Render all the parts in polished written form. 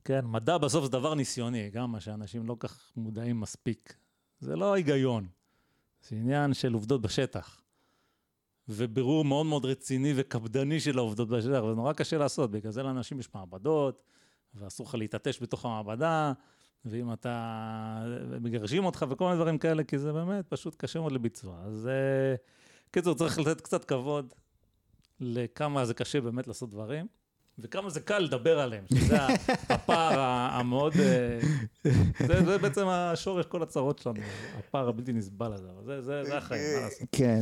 כן, מדע בסוף זה דבר ניסיוני, גם מה שאנשים לא כך מודעים מספיק. זה לא היגיון, זה עניין של עובדות בשטח. ובירור מאוד מאוד רציני וקפדני של העובדות בשטח, וזה נורא קשה לעשות, בגלל זה לאנשים יש מעבדות, ואסור לך להתעטש בתוך המעבדה, ואם אתה מגרשים אותך וכל מיני דברים כאלה, כי זה באמת פשוט קשה מאוד לביצוע. אז קיצור, צריך לתת קצת כבוד לכמה זה קשה באמת לעשות דברים, וכמה זה קל לדבר עליהם, שזה הפער המאוד, זה בעצם השורש כל הצרות שלנו, הפער הבלתי נסבל הזה, אבל זה החיים, מה לעשות? כן.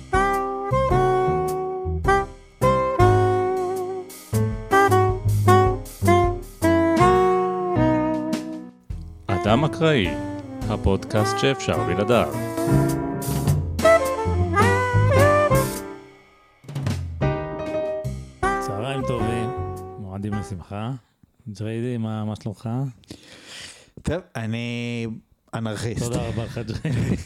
אדם אקראי, הפודקאסט שאפשר בלעדיו. צהריים טובים, מועדים לשמחה. ג'ריידי, מה שלומך? טוב, אני אנרכיסט. תודה רבה לך, ג'ריידי.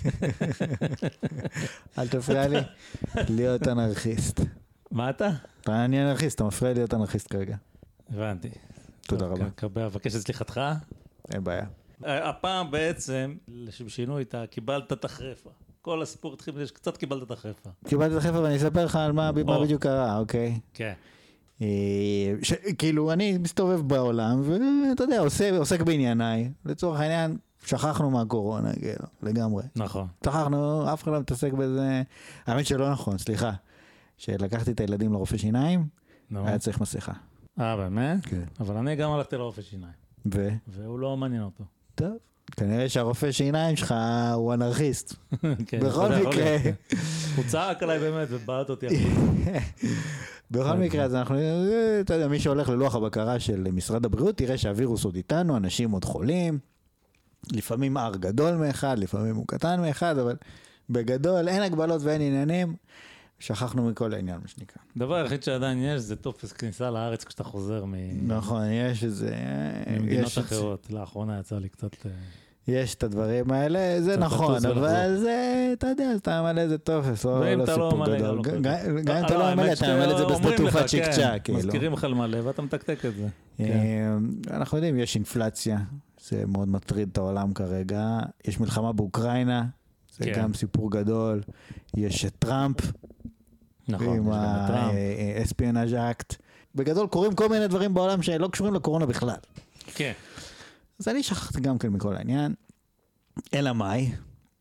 אל תפריע לי להיות אנרכיסט. מה אתה? אני אנרכיסט, אתה מפריע להיות אנרכיסט כרגע. הבנתי. תודה רבה. קבל, אבקש את סליחתך. אין בעיה. הפעם בעצם, לשם שינוי, אתה קיבלת את החרפה. כל הסיפור התחיל בזה שקצת קיבלת את החרפה. קיבלתי את החרפה ואני אספר לך על מה בדיוק קרה, אוקיי? כן. כאילו, אני מסתובב בעולם, ואתה יודע, עוסק בענייניי. לצורך העניין, שכחנו מהקורונה, לגמרי. נכון. שכחנו, אף אחד לא מתעסק בזה. האמת שלא נכון, סליחה. שלקחתי את הילדים לרופא שיניים, היה צריך מסכה. באמת? כן. אבל אני גם הלכתי לרופא שיניים. והוא לא מעניין אותו. טוב, כנראה שהרופא שיניים שלך הוא אנרכיסט. בכל מקרה. הוא צעק עליי באמת ובעט אותי. בכל מקרה, אז אנחנו, אתה יודע, מי שהולך ללוח הבקרה של משרד הבריאות, תראה שהווירוס עוד איתנו, אנשים עוד חולים, לפעמים R גדול מאחד, לפעמים הוא קטן מאחד, אבל בגדול אין הגבלות ואין עניינים, שכחנו מכל העניין, מה שנקרא. דבר היחיד שעדיין יש, זה טופס כניסה לארץ כשאתה חוזר נכון, יש איזה... ממדינות אחרות. לאחרונה יצא לי קצת... יש את הדברים האלה, זה נכון, אבל זה, אתה יודע, אתה ממלא איזה טופס, לא סיפור גדול. גם אם אתה לא ממלא, אתה ממלא את זה בשדה תעופה צ'יק צ'ק. מזכירים לך למלא, ואתה מתקתק את זה. אנחנו יודעים, יש אינפלציה, זה מאוד מטריד את העולם כרגע, יש מלחמה באוקראינה, זה גם סיפור גדול, יש טראמפ, עם ה-Espionage Act, בגדול קורים כל מיני דברים בעולם שלא קשורים לקורונה בכלל. כן. אז אני שכחתי גם כן מכל העניין, אלא מאי,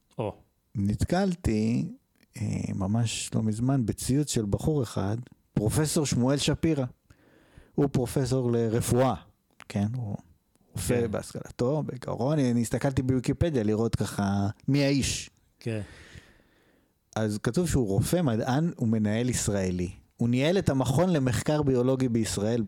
נתקלתי ממש לא מזמן בציוץ של בחור אחד, פרופסור שמואל שפירא, הוא פרופסור לרפואה, כן, הוא רופא בהשכלתו, בעיקרון, אני הסתכלתי בוויקיפדיה לראות ככה מי האיש. כן. אז כתוב שהוא רופא, מדען ומנהל ישראלי. הוא ניהל את המכון למחקר ביולוגי בישראל,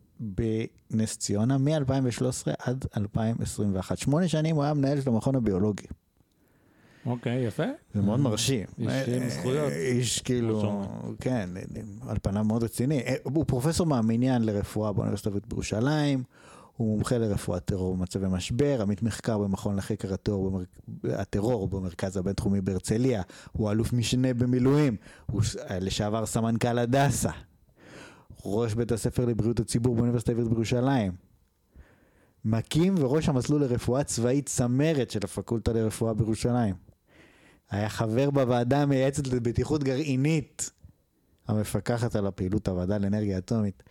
בנס ציונה, מ-2013 עד 2021. 8 שנים הוא היה מנהל של המכון הביולוגי. אוקיי, יפה. זה מאוד מרשים. איש עם זכויות. איש כאילו, כן, על פניו מאוד רציני. הוא פרופסור מהמניין לרפואה באוניברסיטה העברית בירושלים, הוא מומחה לרפואת טרור במצבי משבר, עמית מחקר במכון לחקר הטרור במרכז הבינתחומי בהרצליה, הוא אלוף משנה במילואים, הוא לשעבר סמנכ"ל הדסה. ראש בית הספר לבריאות הציבור באוניברסיטה העברית בירושלים. מקים וראש המסלול לרפואה צבאית צמרת של הפקולטה לרפואה בירושלים. היה חבר בוועדה המייעצת לבטיחות גרעינית, המפקחת על הפעילות הוועדה לאנרגיה אטומית.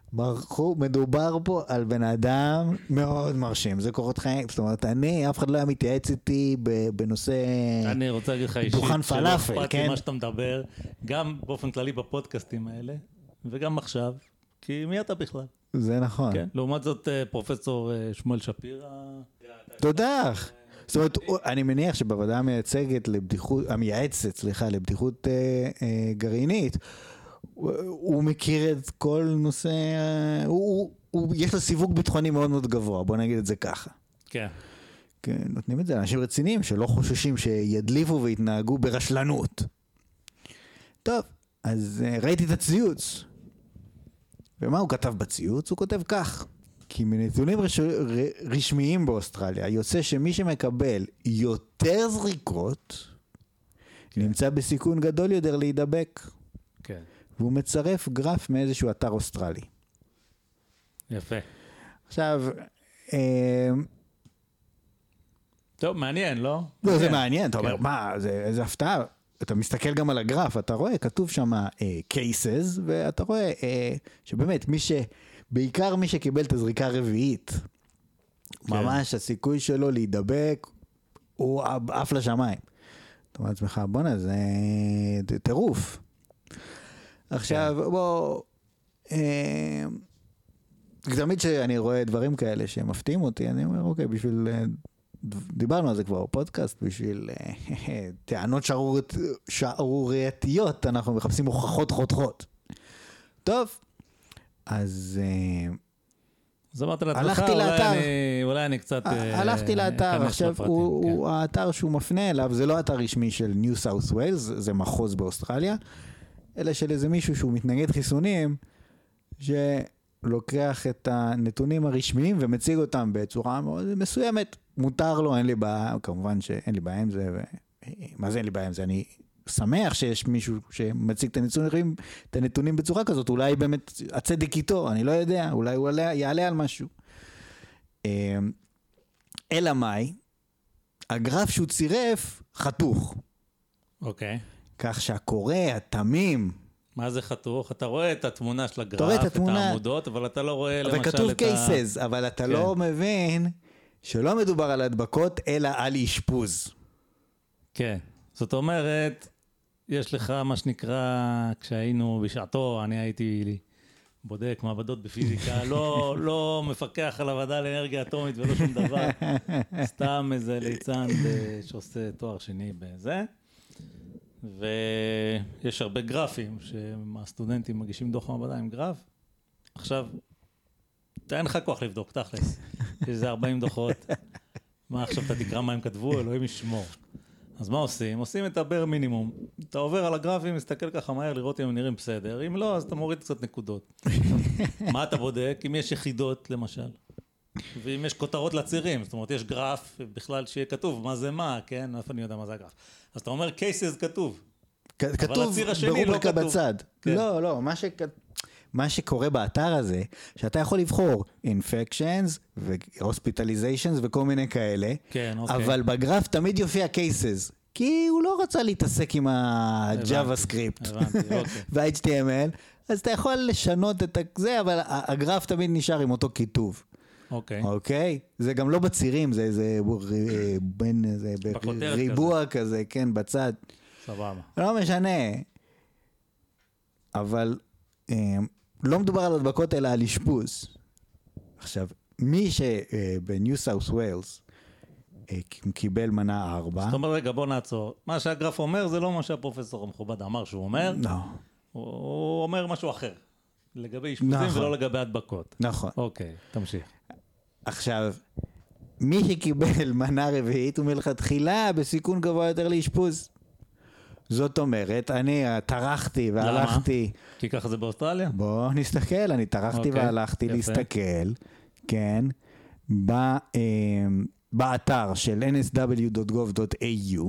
מדובר פה על בן אדם מאוד מרשים, זה קורות חיים, זאת אומרת, אף אחד לא היה מתייעץ איתי בנושא אני רוצה להגיד לך אישית, דוכן פלאפל, כן? מה שאתה מדבר, גם באופן כללי בפודקאסטים האלה, וגם עכשיו, כי מי אתה בכלל? זה נכון. כן, לעומת זאת פרופסור שמואל שפירא. תודה. זאת אומרת, אני מניח שבוועדה המייעצת לבטיחות גרעינית, הוא מכיר את כל נושא, יש לו סיווג ביטחוני מאוד מאוד גבוה, בוא נגיד את זה ככה. כן. נותנים את זה לאנשים רציניים שלא חוששים שידליפו והתנהגו ברשלנות. טוב, אז ראיתי את הציוץ. ומה הוא כתב בציוץ? הוא כותב כך, כי מנתונים רשמיים באוסטרליה, יוצא שמי שמקבל יותר זריקות, נמצא בסיכון גדול יותר להידבק. כן. והוא מצרף גרף מאיזשהו אתר אוסטרלי. יפה. עכשיו, טוב, מעניין, לא? לא, זה מעניין, אתה אומר, מה, איזה הפתעה. אתה מסתכל גם על הגרף, אתה רואה, כתוב שם cases, ואתה רואה שבאמת, בעיקר מי שקיבל את הזריקה הרביעית, ממש הסיכוי שלו להידבק, הוא עף לשמיים. אתה אומר לעצמך, בונה, זה טירוף. עכשיו, בוא, תמיד שאני רואה דברים כאלה שמפתיעים אותי, אני אומר, אוקיי, בשביל, דיברנו על זה כבר בפודקאסט, בשביל טענות שערורייתיות, אנחנו מחפשים הוכחות חותכות. טוב, אז אמרת לעצמך, הלכתי לאתר. אולי אני קצת הלכתי לאתר, עכשיו האתר שהוא מפנה אליו, זה לא אתר רשמי של ניו סאות' ווילס, זה מחוז באוסטרליה, אלא של איזה מישהו שהוא מתנגד חיסונים, שלוקח את הנתונים הרשמיים ומציג אותם בצורה מאוד מסוימת. מותר לו, אין לי בעיה, כמובן שאין לי בעיה עם זה, מה זה אין לי בעיה עם זה? אני שמח שיש מישהו שמציג את הנתונים בצורה כזאת, אולי באמת הצדק איתו, אני לא יודע, אולי הוא יעלה על משהו. אלא מאי, הגרף שהוא צירף חתוך. אוקיי. כך שהקורא, התמים, מה זה חתוך? אתה רואה את התמונה של הגרף, את העמודות, אבל אתה לא רואה למשל את וכתוב cases, אבל אתה לא מבין שלא מדובר על הדבקות, אלא על אשפוז. כן. זאת אומרת, יש לך מה שנקרא, כשהיינו בשעתו, אני הייתי בודק מעבדות בפיזיקה, לא מפקח על הוועדה לאנרגיה אטומית ולא שום דבר, סתם איזה ליצן שעושה תואר שני בזה. ויש הרבה גרפים שהסטודנטים מגישים דוח מעבדה עם גרף. עכשיו, אין לך כוח לבדוק, תכלס. יש איזה 40 דוחות. מה עכשיו אתה תקרא מה הם כתבו? אלוהים ישמור. אז מה עושים? עושים את הבר מינימום. אתה עובר על הגרפים, מסתכל ככה מהר לראות אם הם נראים בסדר. אם לא, אז אתה מוריד קצת נקודות. מה אתה בודק? אם יש יחידות, למשל. ואם יש כותרות לצירים, זאת אומרת, יש גרף בכלל שיהיה כתוב מה זה מה, כן? איפה אני יודע מה זה הגרף. אז אתה אומר, cases כתוב. כתוב ברובריקה בצד. לא, מה שקורה באתר הזה, שאתה יכול לבחור infections ו-hospitalizations וכל מיני כאלה, אבל בגרף תמיד יופיע cases, כי הוא לא רצה להתעסק עם ה-JavaScript וה-HTML, אז אתה יכול לשנות את זה, אבל הגרף תמיד נשאר עם אותו כיתוב. אוקיי? זה גם לא בצירים, זה בין ריבוע כזה, כן, בצד. סבבה. לא משנה. אבל לא מדובר על הדבקות, אלא על אשפוז. עכשיו, מי שבניו סאות' ווילס קיבל מנה 4. זאת אומרת, רגע, בוא נעצור. מה שהגרף אומר זה לא מה שהפרופסור המכובד אמר שהוא אומר. לא. הוא אומר משהו אחר. לגבי אשפוזים ולא לגבי הדבקות. נכון. אוקיי, תמשיך. עכשיו, מי שקיבל מנה רביעית הוא מלכתחילה בסיכון גבוה יותר לאשפוז. זאת אומרת, אני טרחתי והלכתי. למה? כי ככה זה באוסטרליה? בוא נסתכל, אני טרחתי והלכתי להסתכל, כן, באתר של nsw.gov.au,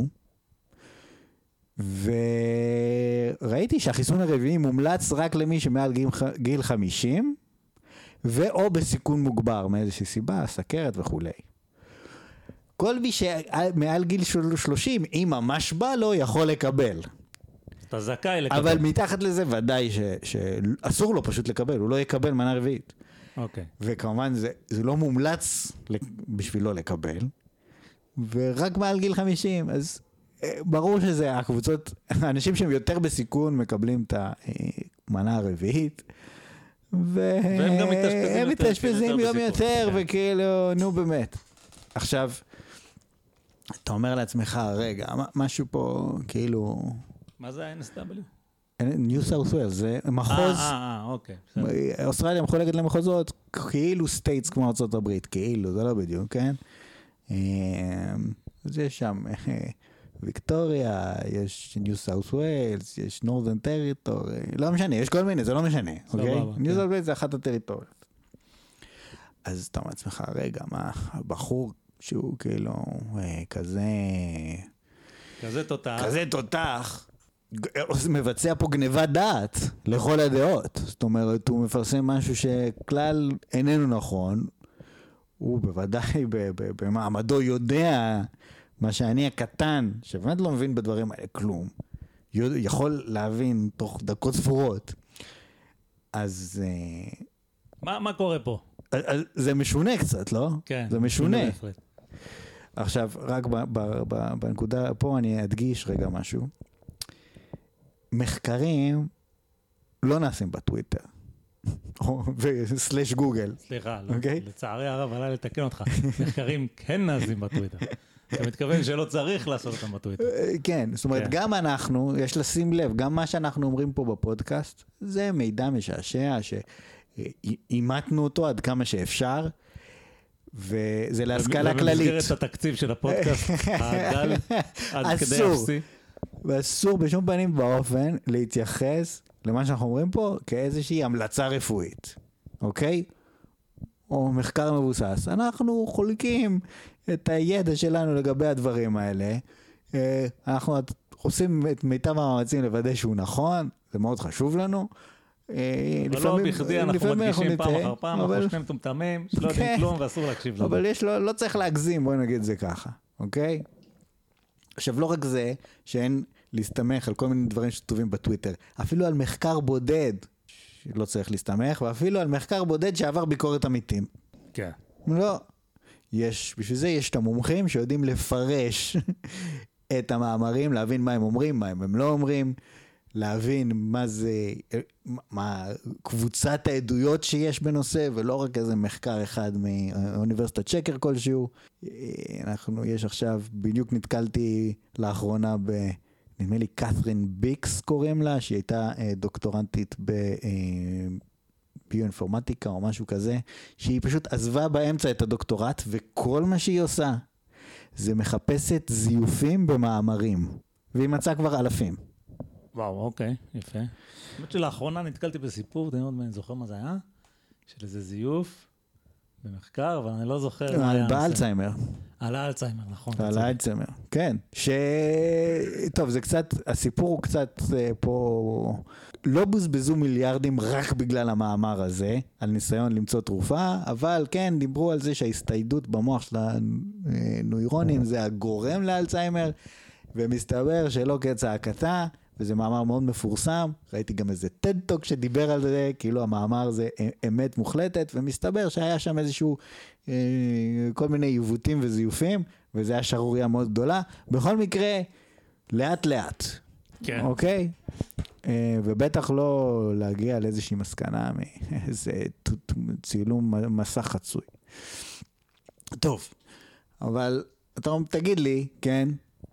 וראיתי שהחיסון הרביעי מומלץ רק למי שמעל גיל 50, ואו בסיכון מוגבר, מאיזושהי סיבה, סכרת וכו'. כל מי שמעל גיל 30, אם ממש בא לו, יכול לקבל. אתה זכאי לקבל. אבל מתחת לזה ודאי שאסור לו פשוט לקבל, הוא לא יקבל מנה רביעית. אוקיי. וכמובן זה לא מומלץ בשבילו לקבל, ורק מעל גיל 50, אז ברור שזה הקבוצות, האנשים שהם יותר בסיכון מקבלים את המנה הרביעית, והם גם מתאשפזים יום יותר, וכאילו, נו באמת. עכשיו, אתה אומר לעצמך, רגע, משהו פה, כאילו... מה זה ה-NSW? ניו סאות' ווילס, זה מחוז... אוקיי. אוסטרליה מחולקת למחוזות, כאילו סטייטס כמו ארצות הברית, כאילו, זה לא בדיוק, כן? אז יש שם ויקטוריה, יש ניו סאות' ווילס, יש נורת'רן טריטורי, לא משנה, יש כל מיני, זה לא משנה, אוקיי? ניו סאות' ווילס זה אחת הטריטוריות. אז אתה אומר לעצמך, רגע, מה, הבחור שהוא כאילו כזה תותח, מבצע פה גניבת דעת לכל הדעות. זאת אומרת, הוא מפרסם משהו שכלל איננו נכון, הוא בוודאי במעמדו יודע מה שאני הקטן, שבאמת לא מבין בדברים האלה כלום, יכול להבין תוך דקות ספורות. אז מה קורה פה? זה משונה קצת, לא? כן. זה משונה. בהחלט. עכשיו, רק בנקודה פה אני אדגיש רגע משהו. מחקרים לא נעשים בטוויטר. וסלש גוגל. סליחה, לצערי הרב עליי לתקן אותך. מחקרים כן נעשים בטוויטר. אתה מתכוון שלא צריך לעשות אותם בטוויטר. כן, זאת אומרת, גם אנחנו, יש לשים לב, גם מה שאנחנו אומרים פה בפודקאסט, זה מידע משעשע, שאימתנו אותו עד כמה שאפשר, וזה להשכלה כללית. במסגרת התקציב של הפודקאסט, העגל, עד כדי אפסי. ואסור בשום פנים באופן להתייחס למה שאנחנו אומרים פה כאיזושהי המלצה רפואית, אוקיי? או מחקר מבוסס. אנחנו חולקים את הידע שלנו לגבי הדברים האלה. אנחנו עושים את מיטב המאמצים לוודא שהוא נכון, זה מאוד חשוב לנו. אבל לא בכדי אנחנו מדגישים פעם אחר פעם, אנחנו שני מטומטמים, שלא יודעים כלום ואסור להקשיב לנו. אבל לא צריך להגזים, בואי נגיד זה ככה, אוקיי? עכשיו לא רק זה, שאין להסתמך על כל מיני דברים שטובים בטוויטר, אפילו על מחקר בודד, שלא צריך להסתמך, ואפילו על מחקר בודד שעבר ביקורת עמיתים. כן. לא. בשביל זה יש את המומחים שיודעים לפרש את המאמרים, להבין מה הם אומרים, מה הם לא אומרים, להבין מה זה, מה קבוצת העדויות שיש בנושא, ולא רק איזה מחקר אחד מאוניברסיטת שקר כלשהו. יש עכשיו, בדיוק נתקלתי לאחרונה נדמה לי קת'רין ביקס קוראים לה, שהיא הייתה דוקטורנטית ביואינפורמטיקה או משהו כזה, שהיא פשוט עזבה באמצע את הדוקטורט, וכל מה שהיא עושה זה מחפשת זיופים במאמרים, והיא מצאה כבר אלפים. וואו, אוקיי, יפה. זאת שלאחרונה נתקלתי בסיפור, אני זוכר מה זה היה, של איזה זיוף במחקר, אבל אני לא זוכר מה היה. באלצהיימר. על האלצהיימר, נכון. על האלצהיימר, כן. טוב, זה קצת, הסיפור הוא קצת פה, לא בוזבזו מיליארדים רק בגלל המאמר הזה, על ניסיון למצוא תרופה, אבל כן, דיברו על זה שההסתיידות במוח של הנוירונים זה הגורם לאלצהיימר, ומסתבר שלא כצעקתה, וזה מאמר מאוד מפורסם, ראיתי גם איזה טד-טוק שדיבר על זה, כאילו המאמר זה אמת מוחלטת, ומסתבר שהיה שם איזשהו, כל מיני עיוותים וזיופים, וזה היה שרוריה מאוד גדולה, בכל מקרה, לאט לאט, כן. אוקיי? ובטח לא להגיע לאיזושהי מסקנה, מאיזה צילום מסך חצוי. טוב, אבל אתה תגיד לי, כן,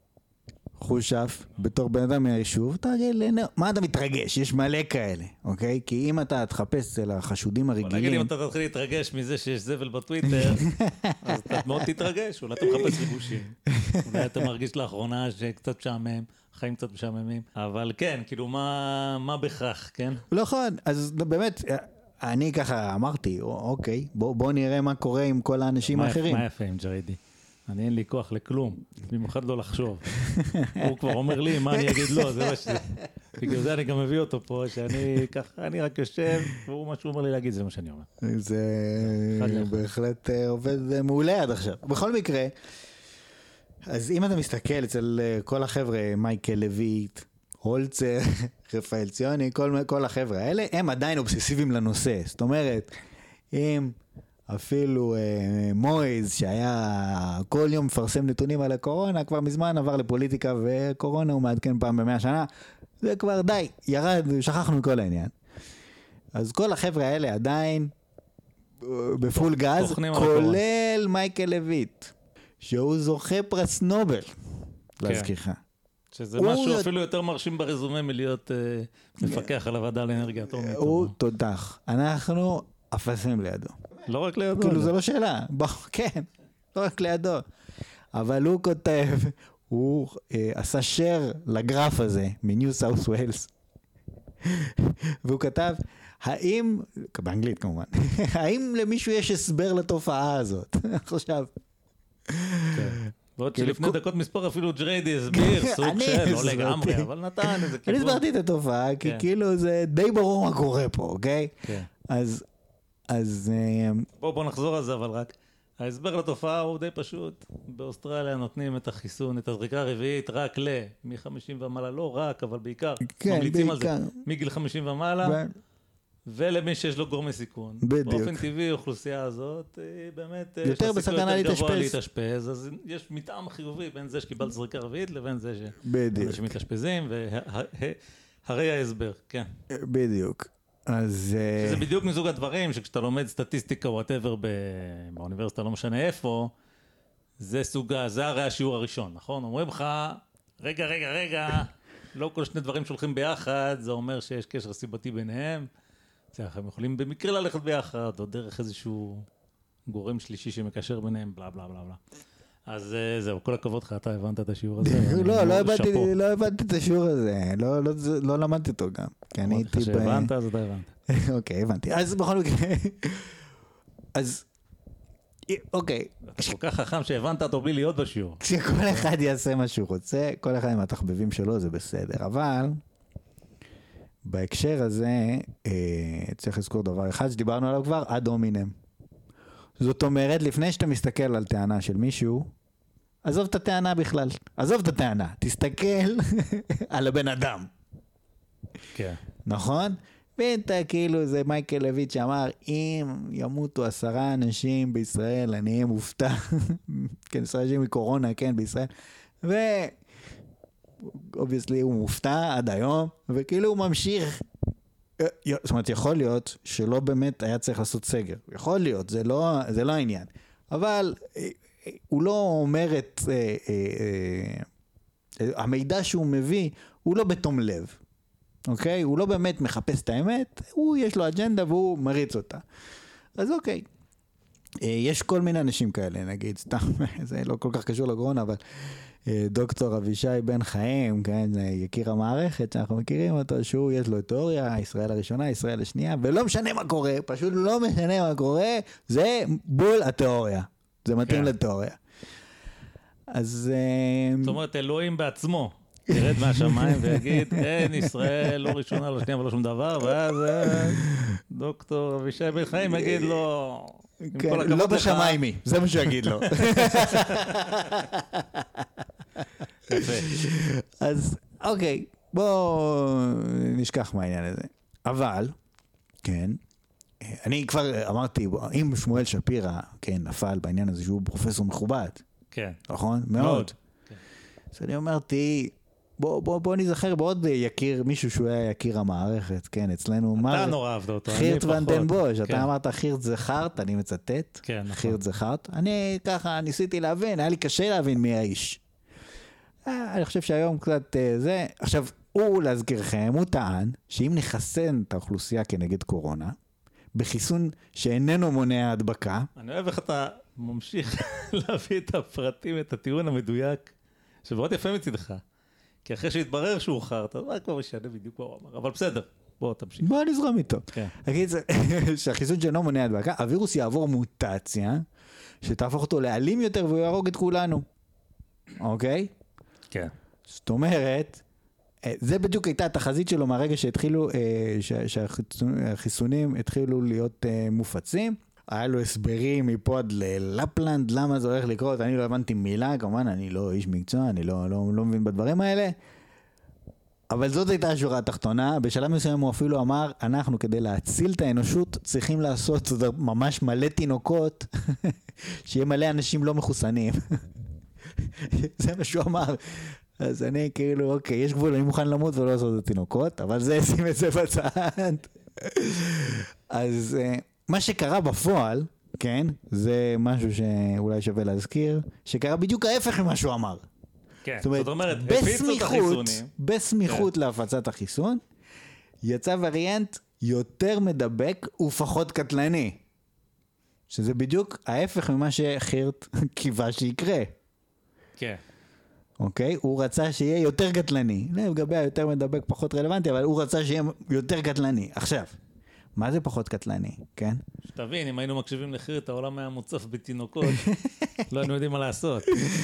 חושף, בתור בן אדם מהיישוב, מה אתה מתרגש? יש מלא כאלה, אוקיי? כי אם אתה תחפש אצל החשודים הרגילים... בוא נגיד, אם אתה תתחיל להתרגש מזה שיש זבל בטוויטר, אז אתה מאוד תתרגש, אולי אתה מחפש ריגושים. אולי אתה מרגיש לאחרונה שקצת משעמם, חיים קצת משעממים, אבל כן, כאילו, מה בכך, כן? נכון, אז באמת, אני ככה אמרתי, אוקיי, בוא נראה מה קורה עם כל האנשים האחרים. מה יפה עם ג'ריידי? אני אין לי כוח לכלום, במיוחד לא לחשוב. הוא כבר אומר לי מה אני אגיד לו, זה מה שזה. בגלל זה אני גם מביא אותו פה, שאני ככה, אני רק יושב, והוא מה שהוא אומר לי להגיד, זה מה שאני אומר. זה בהחלט עובד מעולה עד עכשיו. בכל מקרה, אז אם אתה מסתכל אצל כל החבר'ה, מייקל לויט, הולצר, רפאל ציוני, כל החבר'ה האלה, הם עדיין אובססיביים לנושא. זאת אומרת, הם... אפילו מויז שהיה כל יום מפרסם נתונים על הקורונה, כבר מזמן עבר לפוליטיקה וקורונה הוא מעדכן פעם ב100 שנה, זה כבר די, ירד, שכחנו מכל העניין. אז כל החבר'ה האלה עדיין בפול גז, כולל מייקל לויט, שהוא זוכה פרס נובל, להזכירך. שזה משהו אפילו יותר מרשים ברזומה מלהיות מפקח על הוועדה לאנרגיה אטומית. הוא תותח, אנחנו אפסים לידו. לא רק לידו. כאילו זה לא שאלה, כן, לא רק לידו. אבל הוא כותב, הוא עשה share לגרף הזה, מניו סאות' ווילס. והוא כתב, האם, באנגלית כמובן, האם למישהו יש הסבר לתופעה הזאת? עכשיו. ועוד שלפני דקות מספור אפילו ג'ריידי הסביר, סוג של, לא לגמרי, אבל נתן איזה כיוון. אני הסברתי את התופעה, כי כאילו זה די ברור מה קורה פה, אוקיי? אז בוא נחזור על זה, אבל רק, ההסבר לתופעה הוא די פשוט. באוסטרליה נותנים את החיסון, את הזריקה הרביעית, רק מ-50 ומעלה, לא רק, אבל בעיקר. כן, ממליצים בעיקר. על זה, מגיל 50 ומעלה, ולמי שיש לו גורמי סיכון. בדיוק. באופן טבעי, האוכלוסייה הזאת, באמת, יותר בסכנה להתאשפז, אז יש מתאם חיובי בין זה שקיבלת זריקה רביעית, לבין זה שמתאשפזים, והרי ההסבר, כן. בדיוק. אז... שזה בדיוק מסוג הדברים, שכשאתה לומד סטטיסטיקה או whatever באוניברסיטה, לא משנה איפה, זה הרי השיעור הראשון, נכון? אומרים לך, רגע, לא כל שני דברים שהולכים ביחד, זה אומר שיש קשר סיבתי ביניהם, הם יכולים במקרה ללכת ביחד, או דרך איזשהו גורם שלישי שמקשר ביניהם, בלה בלה בלה בלה. אז זהו, כל הכבוד לך, אתה הבנת את השיעור הזה. לא הבנתי את השיעור הזה, לא למדתי אותו גם. כשהבנת, אז אתה הבנת. אוקיי, הבנתי. אז בכל מקרה, אז, אוקיי. אתה כל כך חכם שהבנת אותו בלי להיות בשיעור. כשכל אחד יעשה מה שהוא רוצה, כל אחד עם התחבבים שלו זה בסדר, אבל בהקשר הזה צריך לזכור דבר אחד שדיברנו עליו כבר, עד הומינם. זאת אומרת, לפני שאתה מסתכל על טענה של מישהו, עזוב את הטענה בכלל, עזוב את הטענה, תסתכל על הבן אדם. כן. נכון? ואתה כאילו, זה מייקל לויט שאמר, אם ימותו 10 אנשים בישראל, אני אהיה מופתע. כן, 10 אנשים מקורונה, כן, בישראל. obviously הוא מופתע עד היום, וכאילו הוא ממשיך. זאת אומרת, יכול להיות שלא באמת היה צריך לעשות סגר. יכול להיות, זה לא העניין. אבל הוא לא אומר את... המידע שהוא מביא, הוא לא בתום לב. אוקיי? הוא לא באמת מחפש את האמת, הוא יש לו אג'נדה והוא מריץ אותה. אז אוקיי. יש כל מיני אנשים כאלה, נגיד, סתם, זה לא כל כך קשור לקורונה, אבל דוקטור אבישי בן חיים, כן, יקיר המערכת שאנחנו מכירים אותו, שהוא יש לו תיאוריה, ישראל הראשונה, ישראל השנייה, ולא משנה מה קורה, פשוט לא משנה מה קורה, זה בול התיאוריה. זה מתאים לתיאוריה. אז... זאת אומרת, אלוהים בעצמו. ירד מהשמיים ויגיד, אין ישראל, לא ראשונה, לא שנייה ולא שום דבר, ואז דוקטור אבישי בן חיים יגיד לו, לא בשמיימי, זה מה שהוא יגיד לו. אז אוקיי, בואו נשכח מהעניין הזה. אבל, כן, אני כבר אמרתי, אם שמואל שפירא, כן, נפל בעניין הזה שהוא פרופסור מכובד, כן. נכון? מאוד. אז אני אמרתי, בוא נזכר בעוד יקיר, מישהו שהוא היה יקיר המערכת, כן, אצלנו. אתה נורא אהבת אותו, חירט ונדן בוש, אתה אמרת חירט זה חרט, אני מצטט, חירט זה חרט. אני ככה ניסיתי להבין, היה לי קשה להבין מי האיש. אני חושב שהיום קצת זה, עכשיו, הוא להזכירכם, הוא טען שאם נחסן את האוכלוסייה כנגד קורונה, בחיסון שאיננו מונע הדבקה. אני אוהב איך אתה ממשיך להביא את הפרטים, את הטיעון המדויק, שמאוד יפה מצדך. כי אחרי שהתברר שהוא חרט, אז כבר משנה בדיוק מה הוא אמר. אבל בסדר, בוא תמשיך. בוא נזרום איתו. אגיד שהחיסון שאינו מונע הדבקה, הווירוס יעבור מוטציה, שתהפוך אותו לאלים יותר והוא יהרוג את כולנו. אוקיי? כן. זאת אומרת, זה בדיוק הייתה התחזית שלו מהרגע שהתחילו, שהחיסונים התחילו להיות מופצים. היה לו הסברים מפה עד ללפלנד, למה זה הולך לקרות, אני לא הבנתי מילה, כמובן אני לא איש מקצוע, אני לא מבין בדברים האלה, אבל זאת הייתה השורה התחתונה, בשלב מסוים הוא אפילו אמר, אנחנו כדי להציל את האנושות, צריכים לעשות ממש מלא תינוקות, שיהיה מלא אנשים לא מחוסנים. זה מה שהוא אמר. אז אני כאילו, אוקיי, יש גבול, אני מוכן למות ולא לעשות את התינוקות, אבל זה שים את זה בצד. אז... מה שקרה בפועל, כן, זה משהו שאולי שווה להזכיר, שקרה בדיוק ההפך ממה שהוא אמר. כן, זאת אומרת, הפיצו את החיסונים. בסמיכות להפצת החיסון, יצא וריאנט יותר מדבק ופחות קטלני. שזה בדיוק ההפך ממה שחירט קיווה שיקרה. כן. אוקיי? הוא רצה שיהיה יותר קטלני. לגבי היותר מדבק פחות רלוונטי, אבל הוא רצה שיהיה יותר קטלני. עכשיו. מה זה פחות קטלני, כן? שתבין, אם היינו מקשיבים לחירט, העולם היה מוצף בתינוקות, לא היינו יודעים מה לעשות.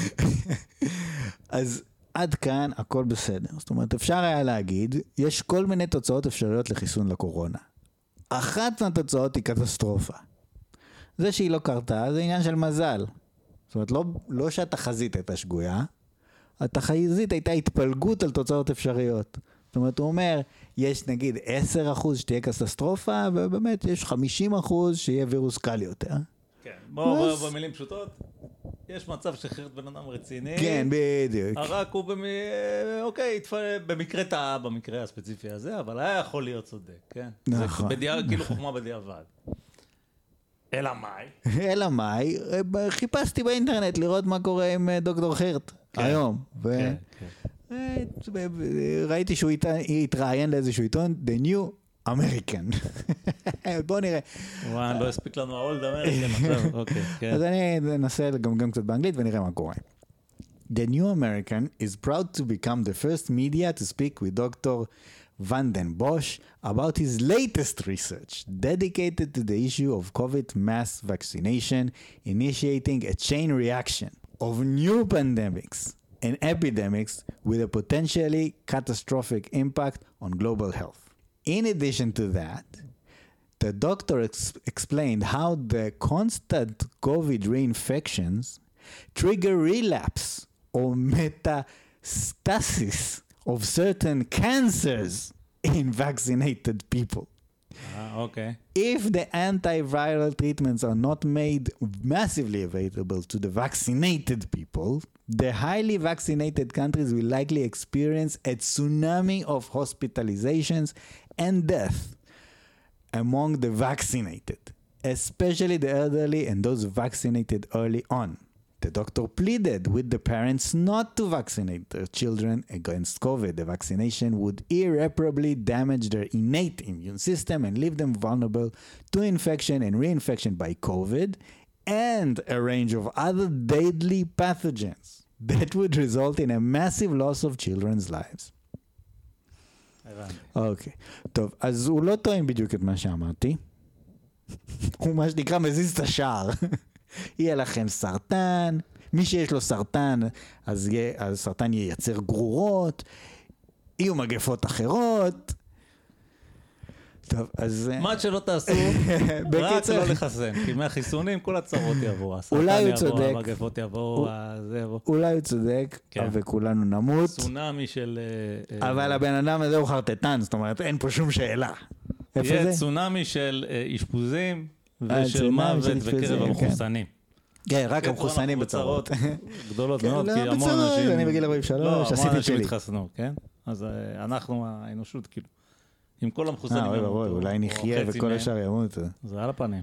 אז עד כאן הכל בסדר. זאת אומרת, אפשר היה להגיד, יש כל מיני תוצאות אפשריות לחיסון לקורונה. אחת מהתוצאות היא קטסטרופה. זה שהיא לא קרתה, זה עניין של מזל. זאת אומרת, לא שהתחזית הייתה שגויה, התחזית הייתה התפלגות על תוצאות אפשריות. זאת אומרת, הוא אומר, יש נגיד 10% שתהיה קטסטרופה, ובאמת יש 50% שיהיה וירוס קל יותר. כן, בואו במילים פשוטות, יש מצב שחררת בן אדם רציני. כן, בדיוק. רק הוא אוקיי, במקרה טעה במקרה הספציפי הזה, אבל היה יכול להיות צודק, כן? נכון. כאילו חוכמה בדיעבד. אלא מאי? אלא מאי? חיפשתי באינטרנט לראות מה קורה עם דוקטור חירט היום. כן. ראיתי שהוא התראיין לאיזשהו עיתון, The New American. בואו נראה. וואי, לא הספיק לנו ה-Old American עכשיו, אוקיי, כן. אז אני אנסה גם קצת באנגלית ונראה מה קורה. The New American is proud to become the first media to speak with Dr. Van den Bosch about his latest research dedicated to the issue of COVID mass vaccination, initiating a chain reaction of new pandemics and epidemics with a potentially catastrophic impact on global health. In addition to that, the doctor explained how the constant COVID reinfections trigger relapse or metastasis of certain cancers in vaccinated people. Okay. If the antiviral treatments are not made massively available to the vaccinated people, the highly vaccinated countries will likely experience a tsunami of hospitalizations and death among the vaccinated, especially the elderly and those vaccinated early on. The doctor pleaded with the parents not to vaccinate their children against COVID. The vaccination would irreparably damage their innate immune system and leave them vulnerable to infection and reinfection by COVID and a range of other deadly pathogens that would result in a massive loss of children's lives. אוקיי, טוב, אז הוא לא טוען בדיוק את מה שאמרתי. הוא מה שנקרא מזיז את השער. יהיה לכם סרטן, מי שיש לו סרטן, אז סרטן ייצר גרורות, יהיו מגפות אחרות. טוב, אז... מה שלא תעשו, רק לא לחסן, כי מהחיסונים כל הצרות יבואו, אולי הוא צודק, המגפות יבואו, זה יבואו. אולי הוא צודק, וכולנו נמות. צונאמי של... אבל הבן אדם הזה הוא חרטטן, זאת אומרת, אין פה שום שאלה. יהיה צונאמי של אשפוזים, ושל מוות בקרב המחוסנים. כן, רק המחוסנים בצרות. גדולות מאוד, כי המון אנשים... אני בגיל 43, עשיתי את שלי. המון אנשים התחסנו, כן? אז אנחנו, האנושות, כאילו, עם כל המחוסנים... אולי נחיה וכל השאר ימות. זה על הפנים.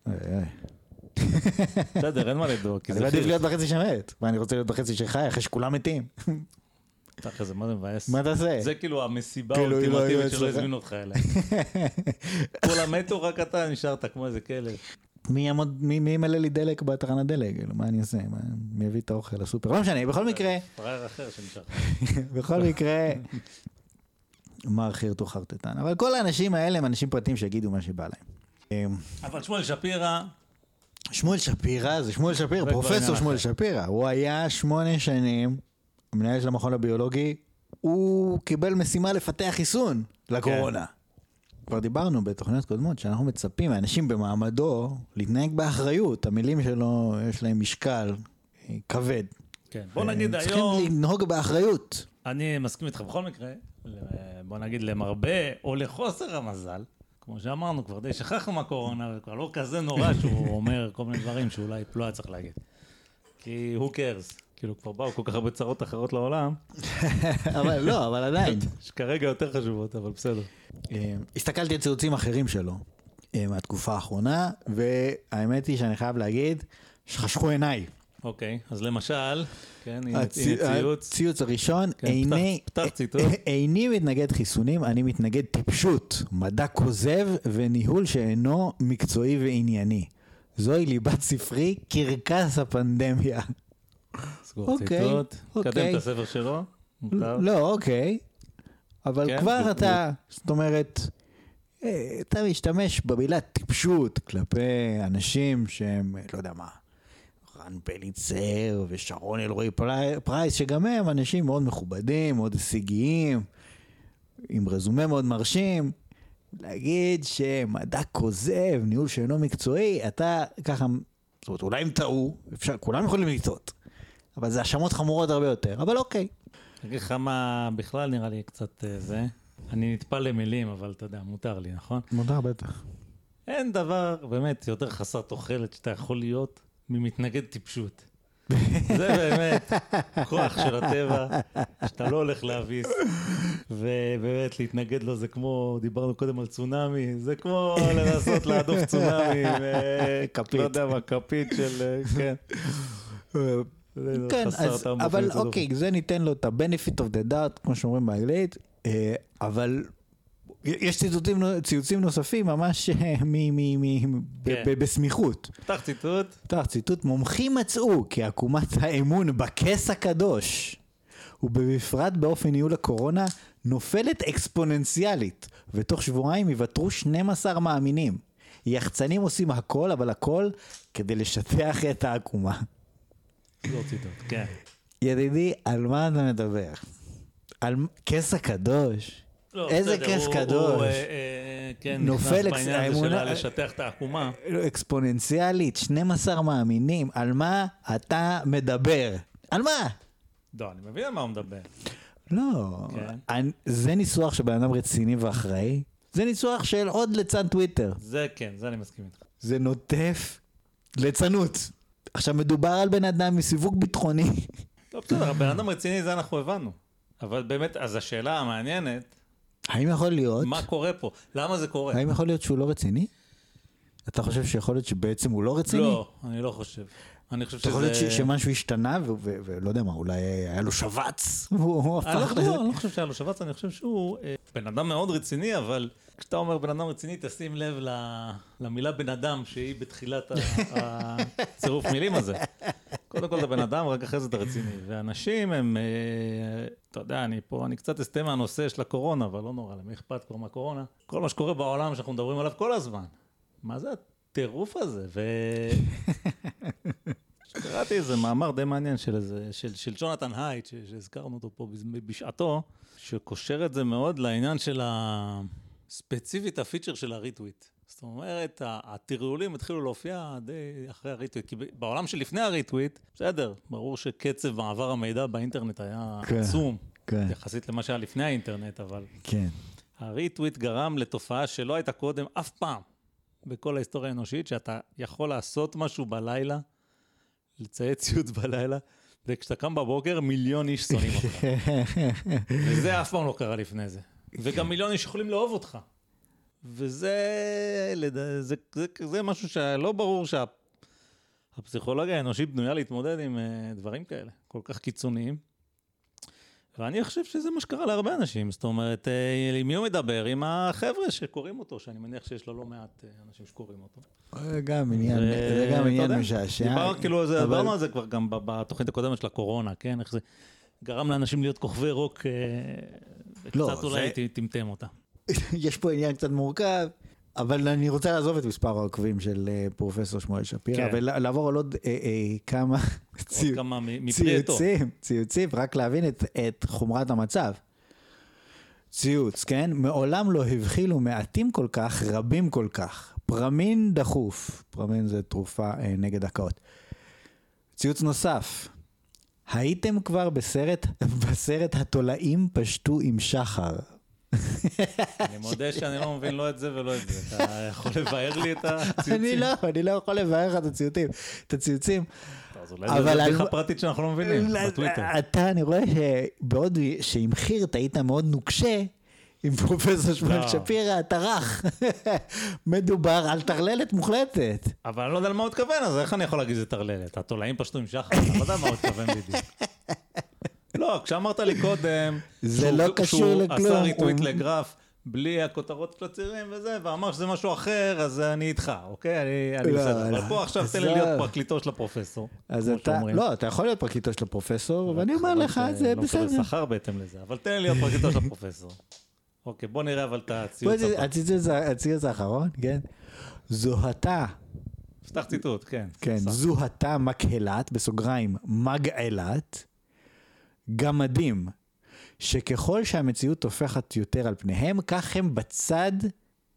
בסדר, אין מה לדאוג. אני לא עדיף להיות בחצי שמת, ואני רוצה להיות בחצי שחי, אחרי שכולם מתים. אחרי זה, מה זה מבאס? מה תעשה? זה כאילו המסיבה האולטימטיבית שלא הזמינו אותך אליה. כולם מתו, רק אתה נשארת כמו איזה כלב. מי ימלא לי דלק בתחנת דלק? מה אני אעשה? מי יביא את האוכל לסופר? לא משנה, בכל מקרה... פראייר אחר שנשאר. בכל מקרה... מר חירט הוא חרטטן. אבל כל האנשים האלה הם אנשים פרטיים שיגידו מה שבא להם. אבל שמואל שפירא... שמואל שפירא, זה שמואל שפירא, פרופסור שמואל שפירא. הוא היה 8 שנים, המנהל של המכון הביולוגי, הוא קיבל משימה לפתח חיסון לקורונה. כבר דיברנו בתוכניות קודמות שאנחנו מצפים מאנשים במעמדו להתנהג באחריות. המילים שלו יש להם משקל כבד. כן. בוא נגיד היום... צריכים לנהוג באחריות. אני מסכים איתך בכל מקרה. בוא נגיד למרבה או לחוסר המזל. כמו שאמרנו, כבר די שכחנו מהקורונה, וכבר לא כזה נורא שהוא אומר כל מיני דברים שאולי לא היה צריך להגיד. כי who cares? כאילו כבר באו כל כך הרבה צרות אחרות לעולם. אבל לא, אבל עדיין. שכרגע יותר חשובות, אבל בסדר. הסתכלתי על ציוצים אחרים שלו מהתקופה האחרונה, והאמת היא שאני חייב להגיד שחשכו עיניי. אוקיי, אז למשל, כן, הנה ציוץ. ציוץ הראשון, פתח ציטוט. איני מתנגד חיסונים, אני מתנגד טיפשות, מדע כוזב וניהול שאינו מקצועי וענייני. זוהי ליבת ספרי, קרקס הפנדמיה. סגור ציטוט. קדם את הספר שלו. לא, אוקיי. אבל כבר אתה, זאת אומרת, אתה משתמש במילה טיפשות כלפי אנשים שהם, לא יודע מה, רן פליצר ושרון אלרועי פרייס, שגם הם אנשים מאוד מכובדים, מאוד הישגיים, עם רזומה מאוד מרשים, להגיד שמדע כוזב, ניהול שאינו מקצועי, אתה ככה, זאת אומרת, אולי הם טעו, כולם יכולים לטעות, אבל זה האשמות חמורות הרבה יותר, אבל אוקיי. אגיד לך מה בכלל נראה לי קצת זה, אני נטפל למילים, אבל אתה יודע, מותר לי, נכון? מותר בטח. אין דבר באמת יותר חסר תוחלת שאתה יכול להיות ממתנגד טיפשות. זה באמת כוח של הטבע, שאתה לא הולך להביס, ובאמת להתנגד לו זה כמו, דיברנו קודם על צונאמי, זה כמו לנסות להדוף צונאמי, כפית, לא יודע מה, כפית של, כן. כן, אבל אוקיי, זה ניתן לו את ה-benefit of the doubt, כמו שאומרים באנגלית, אבל יש ציוצים נוספים ממש בסמיכות. פתח ציטוט. מומחים מצאו כי עקומת האמון בכס הקדוש, ובפרט באופן ניהול הקורונה, נופלת אקספוננציאלית, ותוך שבועיים יוותרו 12 מאמינים. יחצנים עושים הכל, אבל הכל כדי לשטח את העקומה. לא ציטוט, כן. ידידי, על מה אתה מדבר? על כס הקדוש? איזה כס קדוש? כן, נכנס בעניין הזה שלה לשטח את העקומה. אקספוננציאלית, 12 מאמינים, על מה אתה מדבר? על מה? לא, אני מבין על מה הוא מדבר. לא, זה ניסוח של בן אדם רציני ואחראי, זה ניסוח של עוד ליצן טוויטר. זה כן, זה אני מסכים איתך. זה נוטף ליצנות. עכשיו מדובר על בן אדם מסיווג ביטחוני. לא, בסדר, בן אדם רציני זה אנחנו הבנו. אבל באמת, אז השאלה המעניינת, האם יכול להיות? מה קורה פה? למה זה קורה? האם יכול להיות שהוא לא רציני? אתה חושב שיכול להיות שבעצם הוא לא רציני? לא, אני לא חושב. אני חושב שזה... יכול להיות שמשהו השתנה, ולא יודע מה, אולי היה לו שבץ? אני לא חושב שהיה לו שבץ, אני חושב שהוא בן אדם מאוד רציני, אבל כשאתה אומר בן אדם רציני, תשים לב למילה בן אדם, שהיא בתחילת הצירוף מילים הזה. קודם כל זה בן אדם, רק אחרי זה אתה רציני. ואנשים הם, אתה יודע, אני קצת אסתה מהנושא של הקורונה, אבל לא נורא, למי אכפת כבר מהקורונה. כל מה שקורה בעולם שאנחנו מדברים עליו כל הזמן. מה זה הטירוף הזה? קראתי איזה מאמר די מעניין של ג'ונתן הייט, שהזכרנו אותו פה בשעתו, שקושר את זה מאוד לעניין של ספציפית הפיצ'ר של הריטוויט. זאת אומרת, הטריולים התחילו להופיע די אחרי הריטוויט, כי בעולם שלפני הריטוויט, בסדר, ברור שקצב מעבר המידע באינטרנט היה עצום, יחסית למה שהיה לפני האינטרנט, אבל הריטוויט גרם לתופעה שלא הייתה קודם אף פעם בכל ההיסטוריה האנושית, שאתה יכול לעשות משהו בלילה, לציית ציוץ בלילה, וכשאתה קם בבוקר, 1,000,000 איש שונאים אותך. וזה אף פעם לא קרה לפני זה. וגם 1,000,000 איש יכולים לאהוב אותך. וזה זה משהו שלא ברור שהפסיכולוגיה האנושית בנויה להתמודד עם דברים כאלה, כל כך קיצוניים. ואני חושב שזה מה שקרה להרבה אנשים, זאת אומרת, עם מי הוא מדבר? עם החבר'ה שקוראים אותו, שאני מניח שיש לו לא מעט אנשים שקוראים אותו. זה גם עניין משעשע. דיברנו על זה כבר גם בתוכנית הקודמת של הקורונה, כן? איך זה גרם לאנשים להיות כוכבי רוק, וקצת אולי תמתם אותה. יש פה עניין קצת מורכב, אבל אני רוצה לעזוב את מספר העוקבים של פרופסור שמואל שפירא, ולעבור על עוד כמה ציוצים, רק להבין את חומרת המצב. ציוץ, כן? מעולם לא הבחילו מעטים כל כך, רבים כל כך. פרמין דחוף. פרמין זה תרופה נגד הקאות. ציוץ נוסף. הייתם כבר בסרט התולעים פשטו עם שחר. אני מודה שאני לא מבין לא את זה ולא את זה. אתה יכול לבאר לי את הציוצים? אני לא יכול לבאר לך את הציוצים. אז אולי זה בדיחה פרטית שאנחנו לא מבינים בטוויטר. אני רואה שבעוד שעם חירת היית מאוד נוקשה, עם פרופסור שמואל שפירא, אתה רך. מדובר על טרללת מוחלטת. אבל אני לא יודע על מה הוא התכוון, אז איך אני יכול להגיד זה טרללת? התולעים פשטו עם שחר, אני לא יודע מה הוא התכוון בדיוק. לא, כשאמרת לי קודם, זה לא קשור לכלום. שהוא עשה ריטוויט לגרף, בלי הכותרות של הצירים וזה, ואמר שזה משהו אחר, אז אני איתך, אוקיי? אני בסדר. אבל פה עכשיו תן לי להיות פרקליטו של הפרופסור. לא, אתה יכול להיות פרקליטו של הפרופסור, ואני אומר לך, זה בסדר. לא מקבל שכר בהתאם לזה, אבל תן לי להיות פרקליטו של הפרופסור. אוקיי, בוא נראה אבל את הציוץ הבא. הציוץ האחרון, כן. זוהתה. פתח ציטוט, כן. כן, זוהתה מקהלת, בסוגריים, מגעלת, גמדים, שככל שהמציאות הופכת יותר על פניהם, כך הם בצד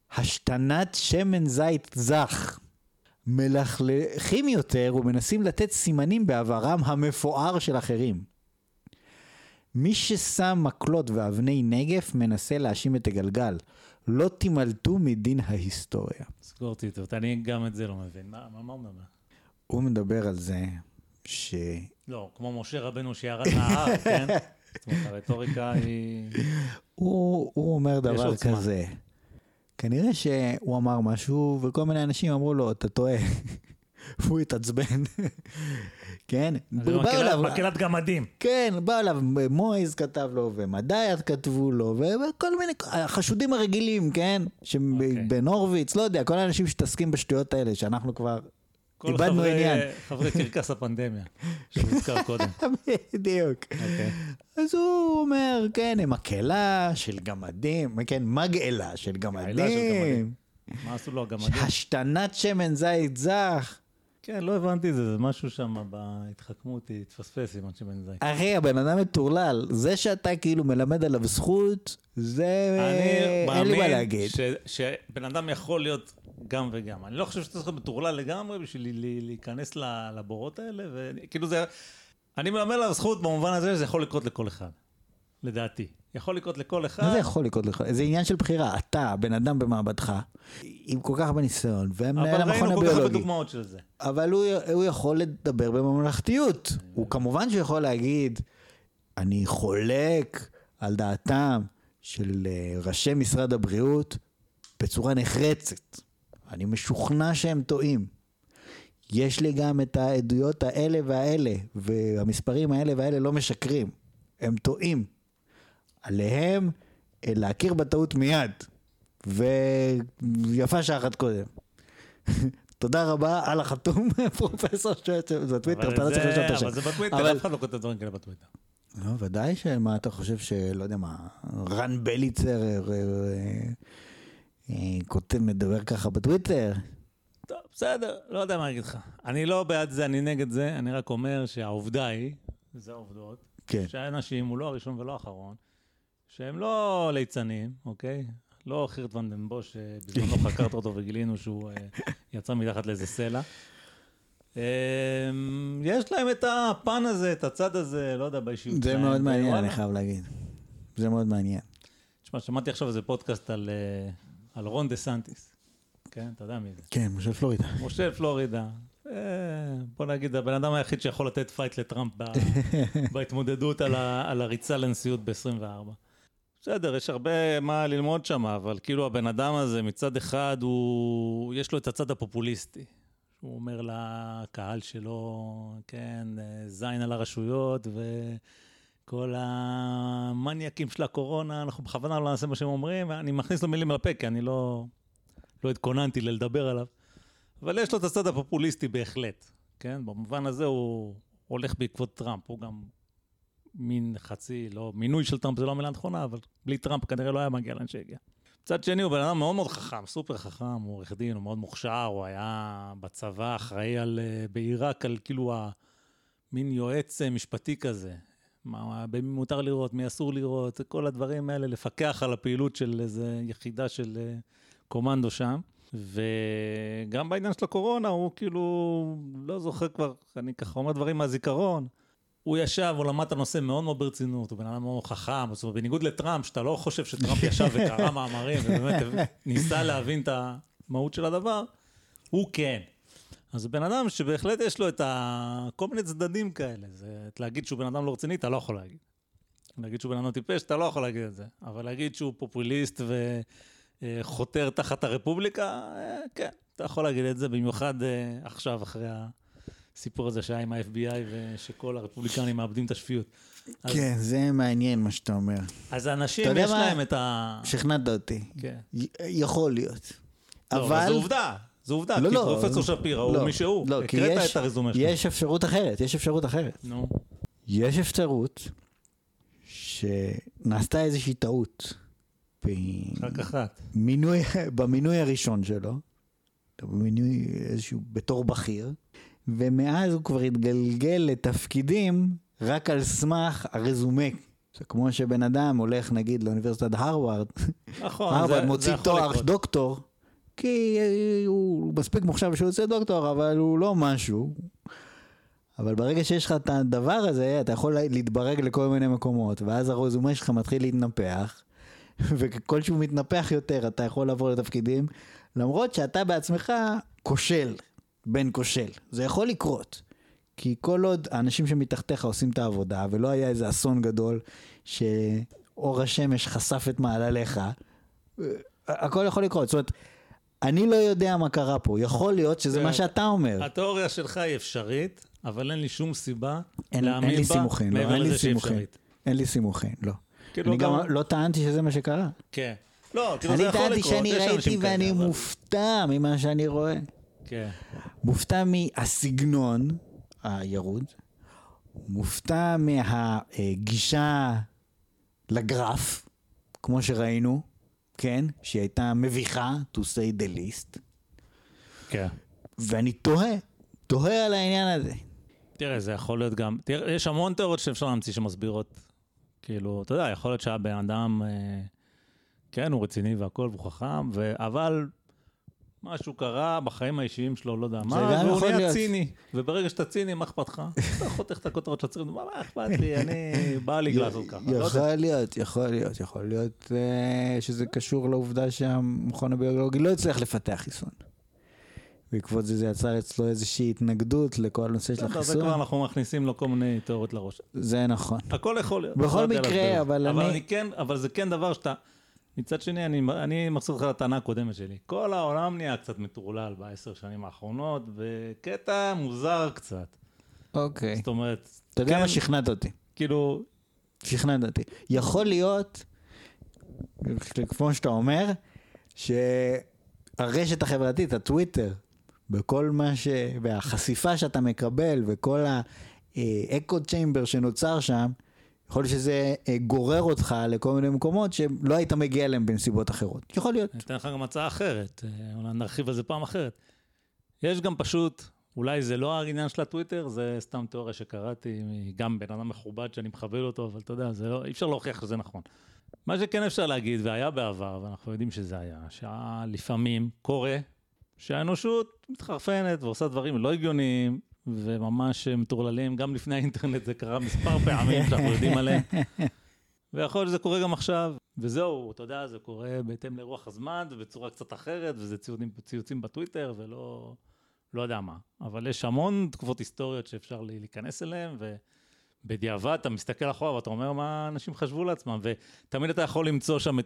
השתנת שמן זית זך. מלכלכים יותר ומנסים לתת סימנים בעברם המפואר של אחרים. מי ששם מקלות ואבני נגף מנסה להאשים את הגלגל. לא תימלטו מדין ההיסטוריה. סגור ציטוט, אני גם את זה לא מבין. מה הוא מדבר? הוא מדבר על זה לא, כמו משה רבנו שירד מההר, כן? זאת אומרת, הרטוריקה היא... הוא אומר דבר כזה. כנראה שהוא אמר משהו, וכל מיני אנשים אמרו לו, אתה טועה. והוא התעצבן. כן? מקהלת גמדים. כן, בא אליו, מויז כתב לו, ומדעיית כתבו לו, וכל מיני, החשודים הרגילים, כן? שבנורוויץ, לא יודע, כל האנשים שתעסקים בשטויות האלה, שאנחנו כבר איבדנו עניין. כל חברי קרקס הפנדמיה, שהוזכר קודם. בדיוק. אז הוא אומר, כן, מקהלה של גמדים, כן, מגעלה של גמדים. מה עשו לו הגמדים? השתנת שמן זית זך. כן, לא הבנתי את זה, זה משהו שם בהתחכמות, התפספס עם שמן זית. אחי, הבן אדם מטורלל, זה שאתה כאילו מלמד עליו זכות, זה אין לי מה להגיד. אני מאמין שבן אדם יכול להיות גם וגם. אני לא חושב שאתה צריך מטורלל לגמרי בשביל להיכנס לבורות האלה, וכאילו זה, אני מלמד עליו זכות במובן הזה שזה יכול לקרות לכל אחד, לדעתי. יכול לקרות לכל אחד. מה זה יכול לקרות לכל אחד? זה עניין של בחירה. אתה, בן אדם במעבדך, עם כל כך הרבה ניסיון, ומנהל המכון הביולוגי. אבל ראינו כל כך הרבה דוגמאות של זה. אבל הוא יכול לדבר בממלכתיות. הוא כמובן שיכול להגיד, אני חולק על דעתם של ראשי משרד הבריאות בצורה נחרצת. אני משוכנע שהם טועים. יש לי גם את העדויות האלה והאלה, והמספרים האלה והאלה לא משקרים. הם טועים. עליהם להכיר בטעות מיד, ויפה שעה אחת קודם. תודה רבה על החתום, פרופסור שואט, זה טוויטר, אתה לא צריך לשאול את השם. אבל זה בטוויטר, אף אחד לא כותב דברים כאלה בטוויטר. לא, ודאי שמה אתה חושב שלא יודע מה, רן בליצר מדבר ככה בטוויטר? טוב, בסדר, לא יודע מה להגיד לך. אני לא בעד זה, אני נגד זה, אני רק אומר שהעובדה היא, זה העובדות, שהאנשים, הוא לא הראשון ולא האחרון, שהם לא ליצנים, אוקיי? לא חירת ונדנבוש, שבזמנו חקרת אותו וגילינו שהוא יצא מתחת לאיזה סלע. יש להם את הפן הזה, את הצד הזה, לא יודע, באישיות. זה מאוד מעניין, אני חייב להגיד. זה מאוד מעניין. תשמע, שמעתי עכשיו איזה פודקאסט על רון דה סנטיס. כן, אתה יודע מי זה? כן, מושל פלורידה. מושל פלורידה. בוא נגיד, הבן אדם היחיד שיכול לתת פייט לטראמפ בהתמודדות על הריצה לנשיאות ב-24. בסדר, יש הרבה מה ללמוד שם, אבל כאילו הבן אדם הזה מצד אחד, יש לו את הצד הפופוליסטי. הוא אומר לקהל שלו, כן, זין על הרשויות, וכל המניאקים של הקורונה, אנחנו בכוונה לא נעשה מה שהם אומרים, ואני מכניס לו מילים לפה, כי אני לא התכוננתי לדבר עליו. אבל יש לו את הצד הפופוליסטי בהחלט, כן? במובן הזה הוא הולך בעקבות טראמפ, הוא גם מין חצי, לא, מינוי של טראמפ זה לא המילה נכונה, אבל בלי טראמפ כנראה לא היה מגיע לאן שהגיע. מצד שני, הוא בן אדם מאוד מאוד חכם, סופר חכם, הוא עורך דין, הוא מאוד מוכשר, הוא היה בצבא, אחראי בעיראק, על כאילו מין יועץ משפטי כזה. מי מותר לראות, מי אסור לראות, כל הדברים האלה, לפקח על הפעילות של איזו יחידה של קומנדו שם. וגם בעניין של הקורונה, הוא כאילו, לא זוכר כבר, אני ככה אומר דברים מהזיכרון, הוא ישב, הוא למד את הנושא מאוד מאוד ברצינות, הוא בן אדם מאוד חכם, זאת אומרת, בניגוד לטראמפ, שאתה לא חושב שטראמפ ישב וקרא מאמרים, ובאמת ניסה להבין את המהות של הדבר, הוא כן. אז בן אדם שבהחלט יש לו את כל מיני צדדים כאלה, זה להגיד שהוא בן אדם לא רציני, אתה לא יכול להגיד. להגיד שהוא בן אדם טיפש, אתה לא יכול להגיד את זה. אבל להגיד שהוא פופוליסט וחותר תחת הרפובליקה, כן, אתה יכול להגיד את זה, במיוחד עכשיו, אחרי הסיפור הזה שהיה עם ה-FBI, ושכל הרפובליקנים מאבדים את השפיות. כן, זה מעניין מה שאתה אומר. אז האנשים יש להם את שכנעת אותי. יכול להיות. לא, אבל זו עובדה. זו עובדה, כי פרופסור שפירא הוא מי שהוא. הקראת את הרזומה שלו. יש אפשרות אחרת, יש אפשרות אחרת. נו. יש אפשרות שנעשתה איזושהי טעות. רק אחת. במינוי הראשון שלו, במינוי איזשהו בתור בכיר, ומאז הוא כבר התגלגל לתפקידים רק על סמך הרזומה. זה כמו שבן אדם הולך נגיד לאוניברסיטת הרווארד, הרווארד מוציא תואר דוקטור, כי הוא מספיק מוחשב שהוא יוצא דוקטור, אבל הוא לא משהו. אבל ברגע שיש לך את הדבר הזה, אתה יכול להתברג לכל מיני מקומות, ואז הרזומה שלך מתחיל להתנפח, וככל שהוא מתנפח יותר, אתה יכול לעבור לתפקידים, למרות שאתה בעצמך כושל, בן כושל. זה יכול לקרות. כי כל עוד האנשים שמתחתיך עושים את העבודה, ולא היה איזה אסון גדול, שאור השמש חשף את מעלליך, הכל יכול לקרות. זאת אומרת, אני לא יודע מה קרה פה. יכול להיות שזה מה שאתה אומר. התיאוריה שלך היא אפשרית, אבל אין לי שום סיבה להאמין בה מעבר לזה שהיא אפשרית. אין לי סימוכין, לא. אני גם לא טענתי שזה מה שקרה. כן. לא, כאילו זה יכול לקרות. אני טענתי שאני ראיתי ואני מופתע ממה שאני רואה. כן. מופתע מהסגנון הירוד, מופתע מהגישה לגרף, כמו שראינו, כן? שהיא הייתה מביכה, to say the least. כן. ואני תוהה על העניין הזה. תראה, זה יכול להיות גם, תראה, יש המון תיאוריות שאפשר להמציא שמסבירות, כאילו, אתה יודע, יכול להיות שהבן אדם, כן, הוא רציני והכל, והוא חכם, אבל משהו קרה בחיים האישיים שלו, לא יודע מה, והוא נהיה ציני, וברגע שאתה ציני, מה אכפת לך? אתה חותך את הכותרות של הצרינות, מה אכפת לי? אני בא לי לעשות ככה. יכול להיות שזה קשור לעובדה שהמכון הביולוגי לא הצליח לפתח חיסון. בעקבות זה יצר אצלו איזושהי התנגדות לכל הנושא של החיסון. זה כבר אנחנו מכניסים לו כל מיני תיאוריות לראש. זה נכון. הכל יכול להיות. בכל מקרה, אבל זה כן דבר שאתה, מצד שני, אני מחזיר אותך לטענה הקודמת שלי. כל העולם נהיה קצת מטורלל ב10 שנים האחרונות, וקטע מוזר קצת. אוקיי. זאת אומרת... אתה יודע מה שכנעת אותי? כאילו... שכנעת אותי. יכול להיות, כמו שאתה אומר, שהרשת החברתית, הטוויטר, בכל מה והחשיפה שאתה מקבל, וכל האקו צ'יימבר שנוצר שם, יכול להיות שזה גורר אותך לכל מיני מקומות שלא היית מגיע אליהם בנסיבות אחרות. יכול להיות. אני אתן לך גם הצעה אחרת, אולי נרחיב על זה פעם אחרת. יש גם פשוט, אולי זה לא העניין של הטוויטר, זה סתם תיאוריה שקראתי, גם בן אדם מכובד שאני מכבד אותו, אבל אתה יודע, זה לא, אי אפשר להוכיח שזה נכון. מה שכן אפשר להגיד, והיה בעבר, ואנחנו יודעים שזה היה, שלפעמים קורה שהאנושות מתחרפנת ועושה דברים לא הגיוניים, וממש מטורללים, גם לפני האינטרנט זה קרה מספר פעמים שאנחנו יודעים עליהם, ויכול להיות שזה קורה גם עכשיו, וזהו, אתה יודע, זה קורה בהתאם לרוח הזמן, ובצורה קצת אחרת, וזה ציוצים בטוויטר, ולא לא יודע מה, אבל יש המון תקופות היסטוריות שאפשר להיכנס אליהן, ובדיעבד אתה מסתכל אחורה, ואתה אומר מה אנשים חשבו לעצמם, ותמיד אתה יכול למצוא שם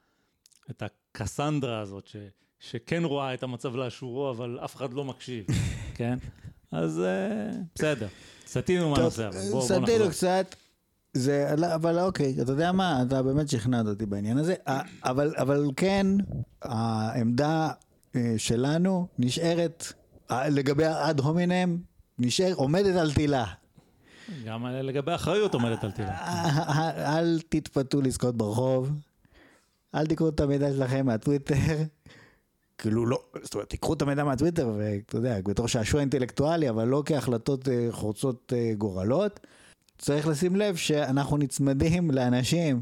את הקסנדרה הזאת, שכן רואה את המצב לאשורו, אבל אף אחד לא מקשיב, כן? אז בסדר, סתינו מה נושא, בואו נחזור. סתינו קצת, אבל אוקיי, אתה יודע מה, אתה באמת שכנעת אותי בעניין הזה, אבל כן, העמדה שלנו נשארת, לגבי עד הומינם, עומדת על תילה. גם לגבי האחריות עומדת על תילה. אל תתפתו לזכות ברחוב, אל תקראו את המידע שלכם מהטוויטר, כאילו לא, זאת אומרת, תיקחו את המידע מהטוויטר, ואתה יודע, בתור שעשוע אינטלקטואלי, אבל לא כהחלטות חורצות גורלות, צריך לשים לב שאנחנו נצמדים לאנשים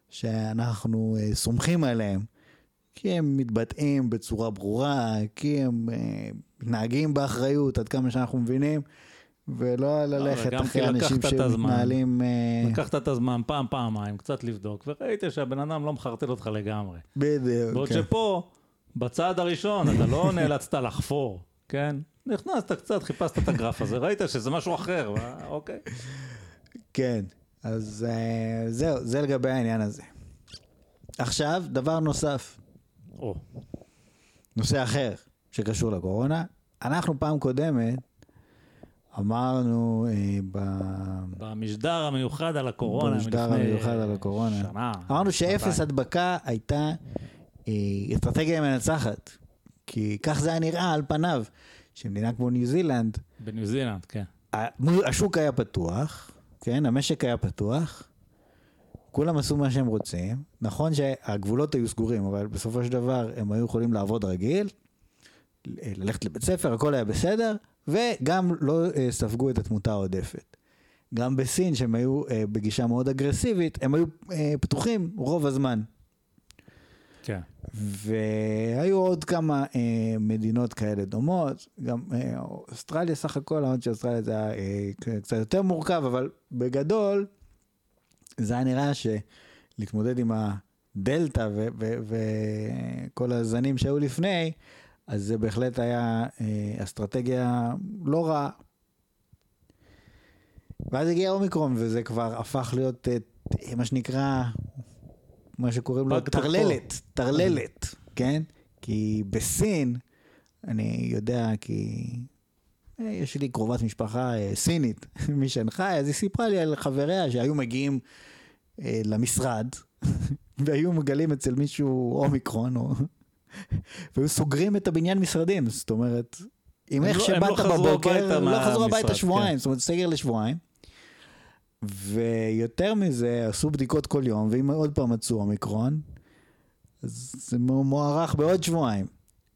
שאנחנו סומכים עליהם, כי הם מתבטאים בצורה ברורה, כי הם מתנהגים באחריות, עד כמה שאנחנו מבינים, ולא ללכת אחרי אנשים שמתנהלים... לקחת את הזמן פעמיים, קצת לבדוק, וראית שהבן אדם לא מחרטל אותך לגמרי. בדיוק. בעוד שפה, בצעד הראשון, אתה לא נאלצת לחפור, כן? נכנסת קצת, חיפשת את הגרף הזה, ראית שזה משהו אחר, אוקיי? כן, אז זהו, זה לגבי העניין הזה. עכשיו, דבר נוסף. נושא אחר שקשור לקורונה. אנחנו פעם קודמת אמרנו במשדר המיוחד על הקורונה, שנה. אמרנו שאפס הדבקה הייתה אסטרטגיה מנצחת. כי כך זה היה נראה על פניו, שמדינה כמו ניו זילנד. בניו זילנד, כן. השוק היה פתוח, כן, המשק היה פתוח, כולם עשו מה שהם רוצים, נכון שהגבולות היו סגורים, אבל בסופו של דבר הם היו יכולים לעבוד רגיל, ללכת לבית ספר, הכל היה בסדר, וגם לא ספגו את התמותה העודפת. גם בסין, שהם היו בגישה מאוד אגרסיבית, הם היו פתוחים רוב הזמן. כן. והיו עוד כמה מדינות כאלה דומות, גם אוסטרליה סך הכל, למרות שאוסטרליה זה היה קצת יותר מורכב, אבל בגדול, זה היה נראה שלהתמודד עם הדלטה וכל הזנים שהיו לפני, אז זה בהחלט היה אסטרטגיה לא רעה. ואז הגיע אומיקרון, וזה כבר הפך להיות מה שנקרא, מה שקוראים לו טרללת, כן? כי בסין, אני יודע כי יש לי קרובת משפחה סינית משנגחאי, אז היא סיפרה לי על חבריה שהיו מגיעים למשרד, והיו מגלים אצל מישהו אומיקרון, והיו סוגרים את הבניין משרדים, זאת אומרת, אם איך שבאת בבוקר, לא חזרו הביתה שבועיים, זאת אומרת, סגר לשבועיים, ויותר מזה, עשו בדיקות כל יום, ואם עוד פעם מצאו אומיקרון, אז זה מוערך בעוד שבועיים.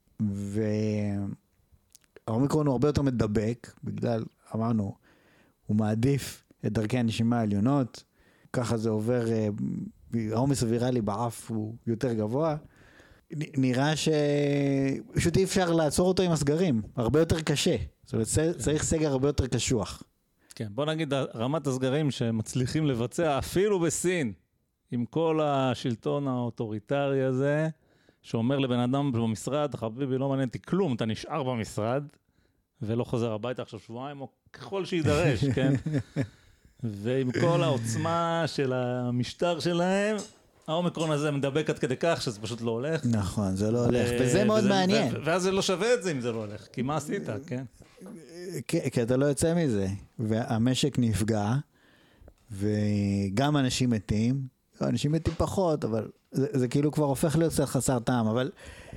והאומיקרון הוא הרבה יותר מדבק, בגלל, אמרנו, הוא מעדיף את דרכי הנשימה העליונות, ככה זה עובר, העומס הוויראלי באף הוא יותר גבוה, נראה שפשוט אי אפשר לעצור אותו עם הסגרים, הרבה יותר קשה, זאת אומרת, צריך סגר הרבה יותר קשוח. כן, בוא נגיד, רמת הסגרים שמצליחים לבצע, אפילו בסין, עם כל השלטון האוטוריטרי הזה, שאומר לבן אדם במשרד, חביבי, לא מעניין אותי כלום, אתה נשאר במשרד, ולא חוזר הביתה עכשיו שבועיים, או ככל שידרש, כן? ועם כל העוצמה של המשטר שלהם, האומיקרון הזה מדבק עד כדי כך שזה פשוט לא הולך. נכון, זה לא הולך, וזה מאוד מעניין. ואז זה לא שווה את זה אם זה לא הולך, כי מה עשית, כן? כי אתה לא יוצא מזה, והמשק נפגע, וגם אנשים מתים, אנשים מתים פחות, אבל זה כאילו כבר הופך להיות חסר טעם, אבל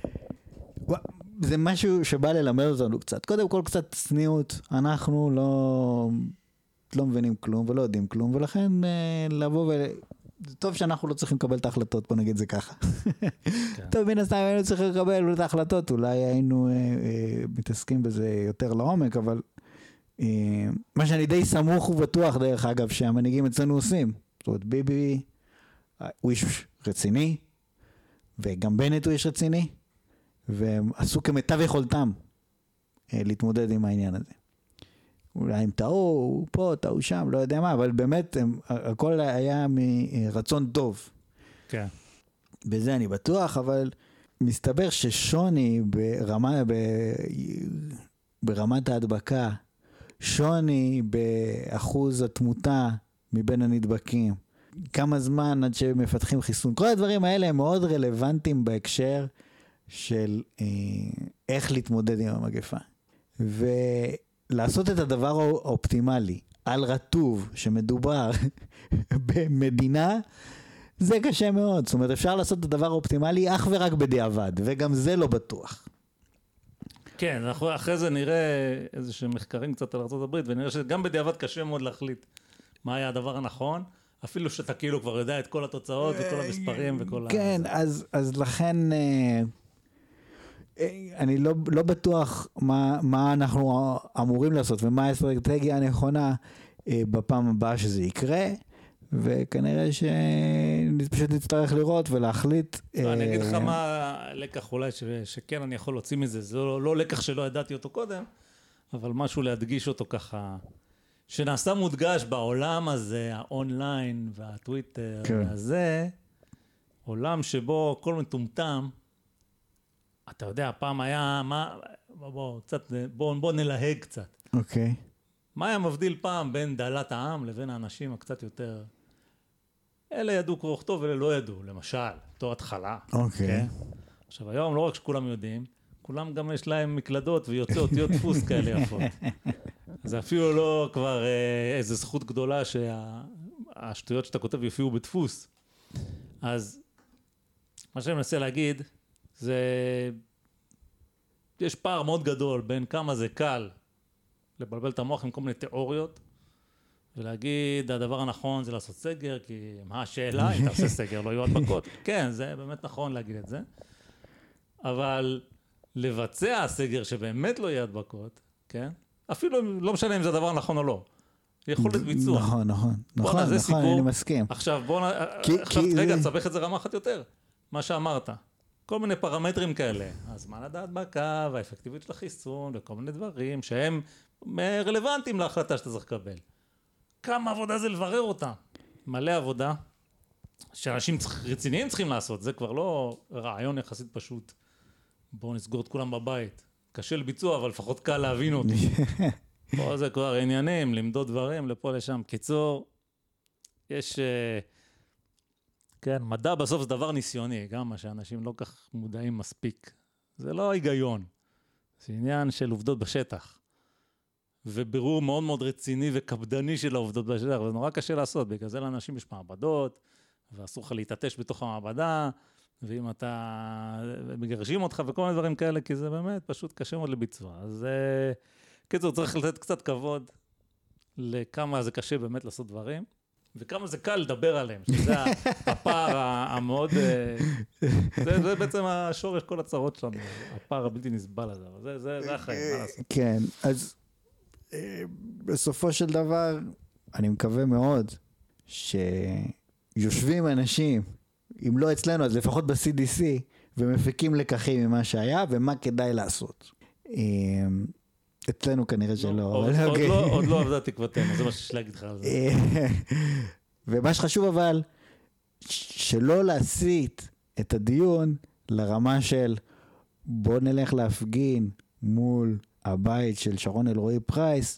זה משהו שבא ללמד אותנו קצת. קודם כל קצת צניעות, אנחנו לא מבינים כלום ולא יודעים כלום, ולכן לבוא זה טוב שאנחנו לא צריכים לקבל את ההחלטות, בוא נגיד זה ככה. טוב, מן הסתם היינו צריכים לקבל את ההחלטות, אולי היינו מתעסקים בזה יותר לעומק, אבל מה שאני די סמוך ובטוח דרך אגב, שהמנהיגים אצלנו עושים, זאת אומרת ביבי הוא איש רציני, וגם בנט הוא איש רציני, והם עשו כמיטב יכולתם להתמודד עם העניין הזה. אולי הם טעו פה, טעו שם, לא יודע מה, אבל באמת הכל היה מרצון טוב. כן. בזה אני בטוח, אבל מסתבר ששוני ברמת ההדבקה, שוני באחוז התמותה מבין הנדבקים, כמה זמן עד שמפתחים חיסון, כל הדברים האלה הם מאוד רלוונטיים בהקשר של איך להתמודד עם המגפה. לעשות את הדבר האופטימלי על רטוב שמדובר במדינה, זה קשה מאוד. זאת אומרת, אפשר לעשות את הדבר האופטימלי אך ורק בדיעבד, וגם זה לא בטוח. כן, אנחנו אחרי זה נראה איזה שהם מחקרים קצת על ארצות הברית, ונראה שגם בדיעבד קשה מאוד להחליט מה היה הדבר הנכון, אפילו שאתה כאילו כבר יודע את כל התוצאות וכל המספרים וכל כן, אז לכן אני לא בטוח מה אנחנו אמורים לעשות ומה האסטרטגיה הנכונה בפעם הבאה שזה יקרה, וכנראה שפשוט נצטרך לראות ולהחליט. אני אגיד לך מה לקח אולי שכן אני יכול להוציא מזה, זה לא לקח שלא ידעתי אותו קודם, אבל משהו להדגיש אותו ככה, שנעשה מודגש בעולם הזה, האונליין והטוויטר והזה, עולם שבו כל מטומטם, אתה יודע, פעם היה, בוא נלהג קצת. אוקיי. מה היה מבדיל פעם בין דלת העם לבין האנשים הקצת יותר, אלה ידעו קרוא וכתוב ואלה לא ידעו, למשל, בתור התחלה. אוקיי. עכשיו היום לא רק שכולם יודעים, כולם גם יש להם מקלדות ויוצא אותיות דפוס כאלה יפות. זה אפילו לא כבר איזו זכות גדולה שהשטויות שאתה כותב יופיעו בדפוס. אז מה שאני מנסה להגיד, זה, יש פער מאוד גדול בין כמה זה קל לבלבל את המוח עם כל מיני תיאוריות, ולהגיד הדבר הנכון זה לעשות סגר, כי מה השאלה אם תעשה סגר, לא יהיו הדבקות. כן, זה באמת נכון להגיד את זה, אבל לבצע סגר שבאמת לא יהיה הדבקות, כן? אפילו לא משנה אם זה הדבר נכון או לא. יכולת ביצוע. נכון, אני מסכים. עכשיו רגע, תסבך את זה רמה אחת יותר. מה שאמרת, כל מיני פרמטרים כאלה. הזמן הדבקה והאפקטיביות של החיסון וכל מיני דברים שהם רלוונטיים להחלטה שאתה צריך לקבל. כמה עבודה זה לברר אותה? מלא עבודה שאנשים רציניים צריכים לעשות. זה כבר לא רעיון יחסית פשוט. בואו נסגור את כולם בבית. קשה לביצוע, אבל לפחות קל להבין אותי. פה זה כבר עניינים, למדוד דברים, לפה לשם. קיצור, יש... כן, מדע בסוף זה דבר ניסיוני, גם מה שאנשים לא כך מודעים מספיק. זה לא היגיון. זה עניין של עובדות בשטח. ובירור מאוד מאוד רציני וקפדני של העובדות בשטח, וזה נורא קשה לעשות, בגלל זה לאנשים יש מעבדות, ואסור לך להתעטש בתוך המעבדה, ואם אתה מגרשים אותך וכל מיני דברים כאלה, כי זה באמת פשוט קשה מאוד לביצוע. אז קיצור, צריך לתת קצת כבוד לכמה זה קשה באמת לעשות דברים, וכמה זה קל לדבר עליהם, שזה הפער המאוד... זה בעצם השורש כל הצרות שלנו, הפער הבלתי נסבל הזה, אבל זה החיים, מה לעשות? כן, אז בסופו של דבר, אני מקווה מאוד שיושבים אנשים, אם לא אצלנו, אז לפחות ב-CDC, ומפיקים לקחים ממה שהיה, ומה כדאי לעשות. אצלנו כנראה שלא. עוד לא עבדה תקוותנו, זה מה שיש להגיד לך על זה. ומה שחשוב אבל, שלא להסיט את הדיון לרמה של בוא נלך להפגין מול הבית של שרון אלרועי פרייס,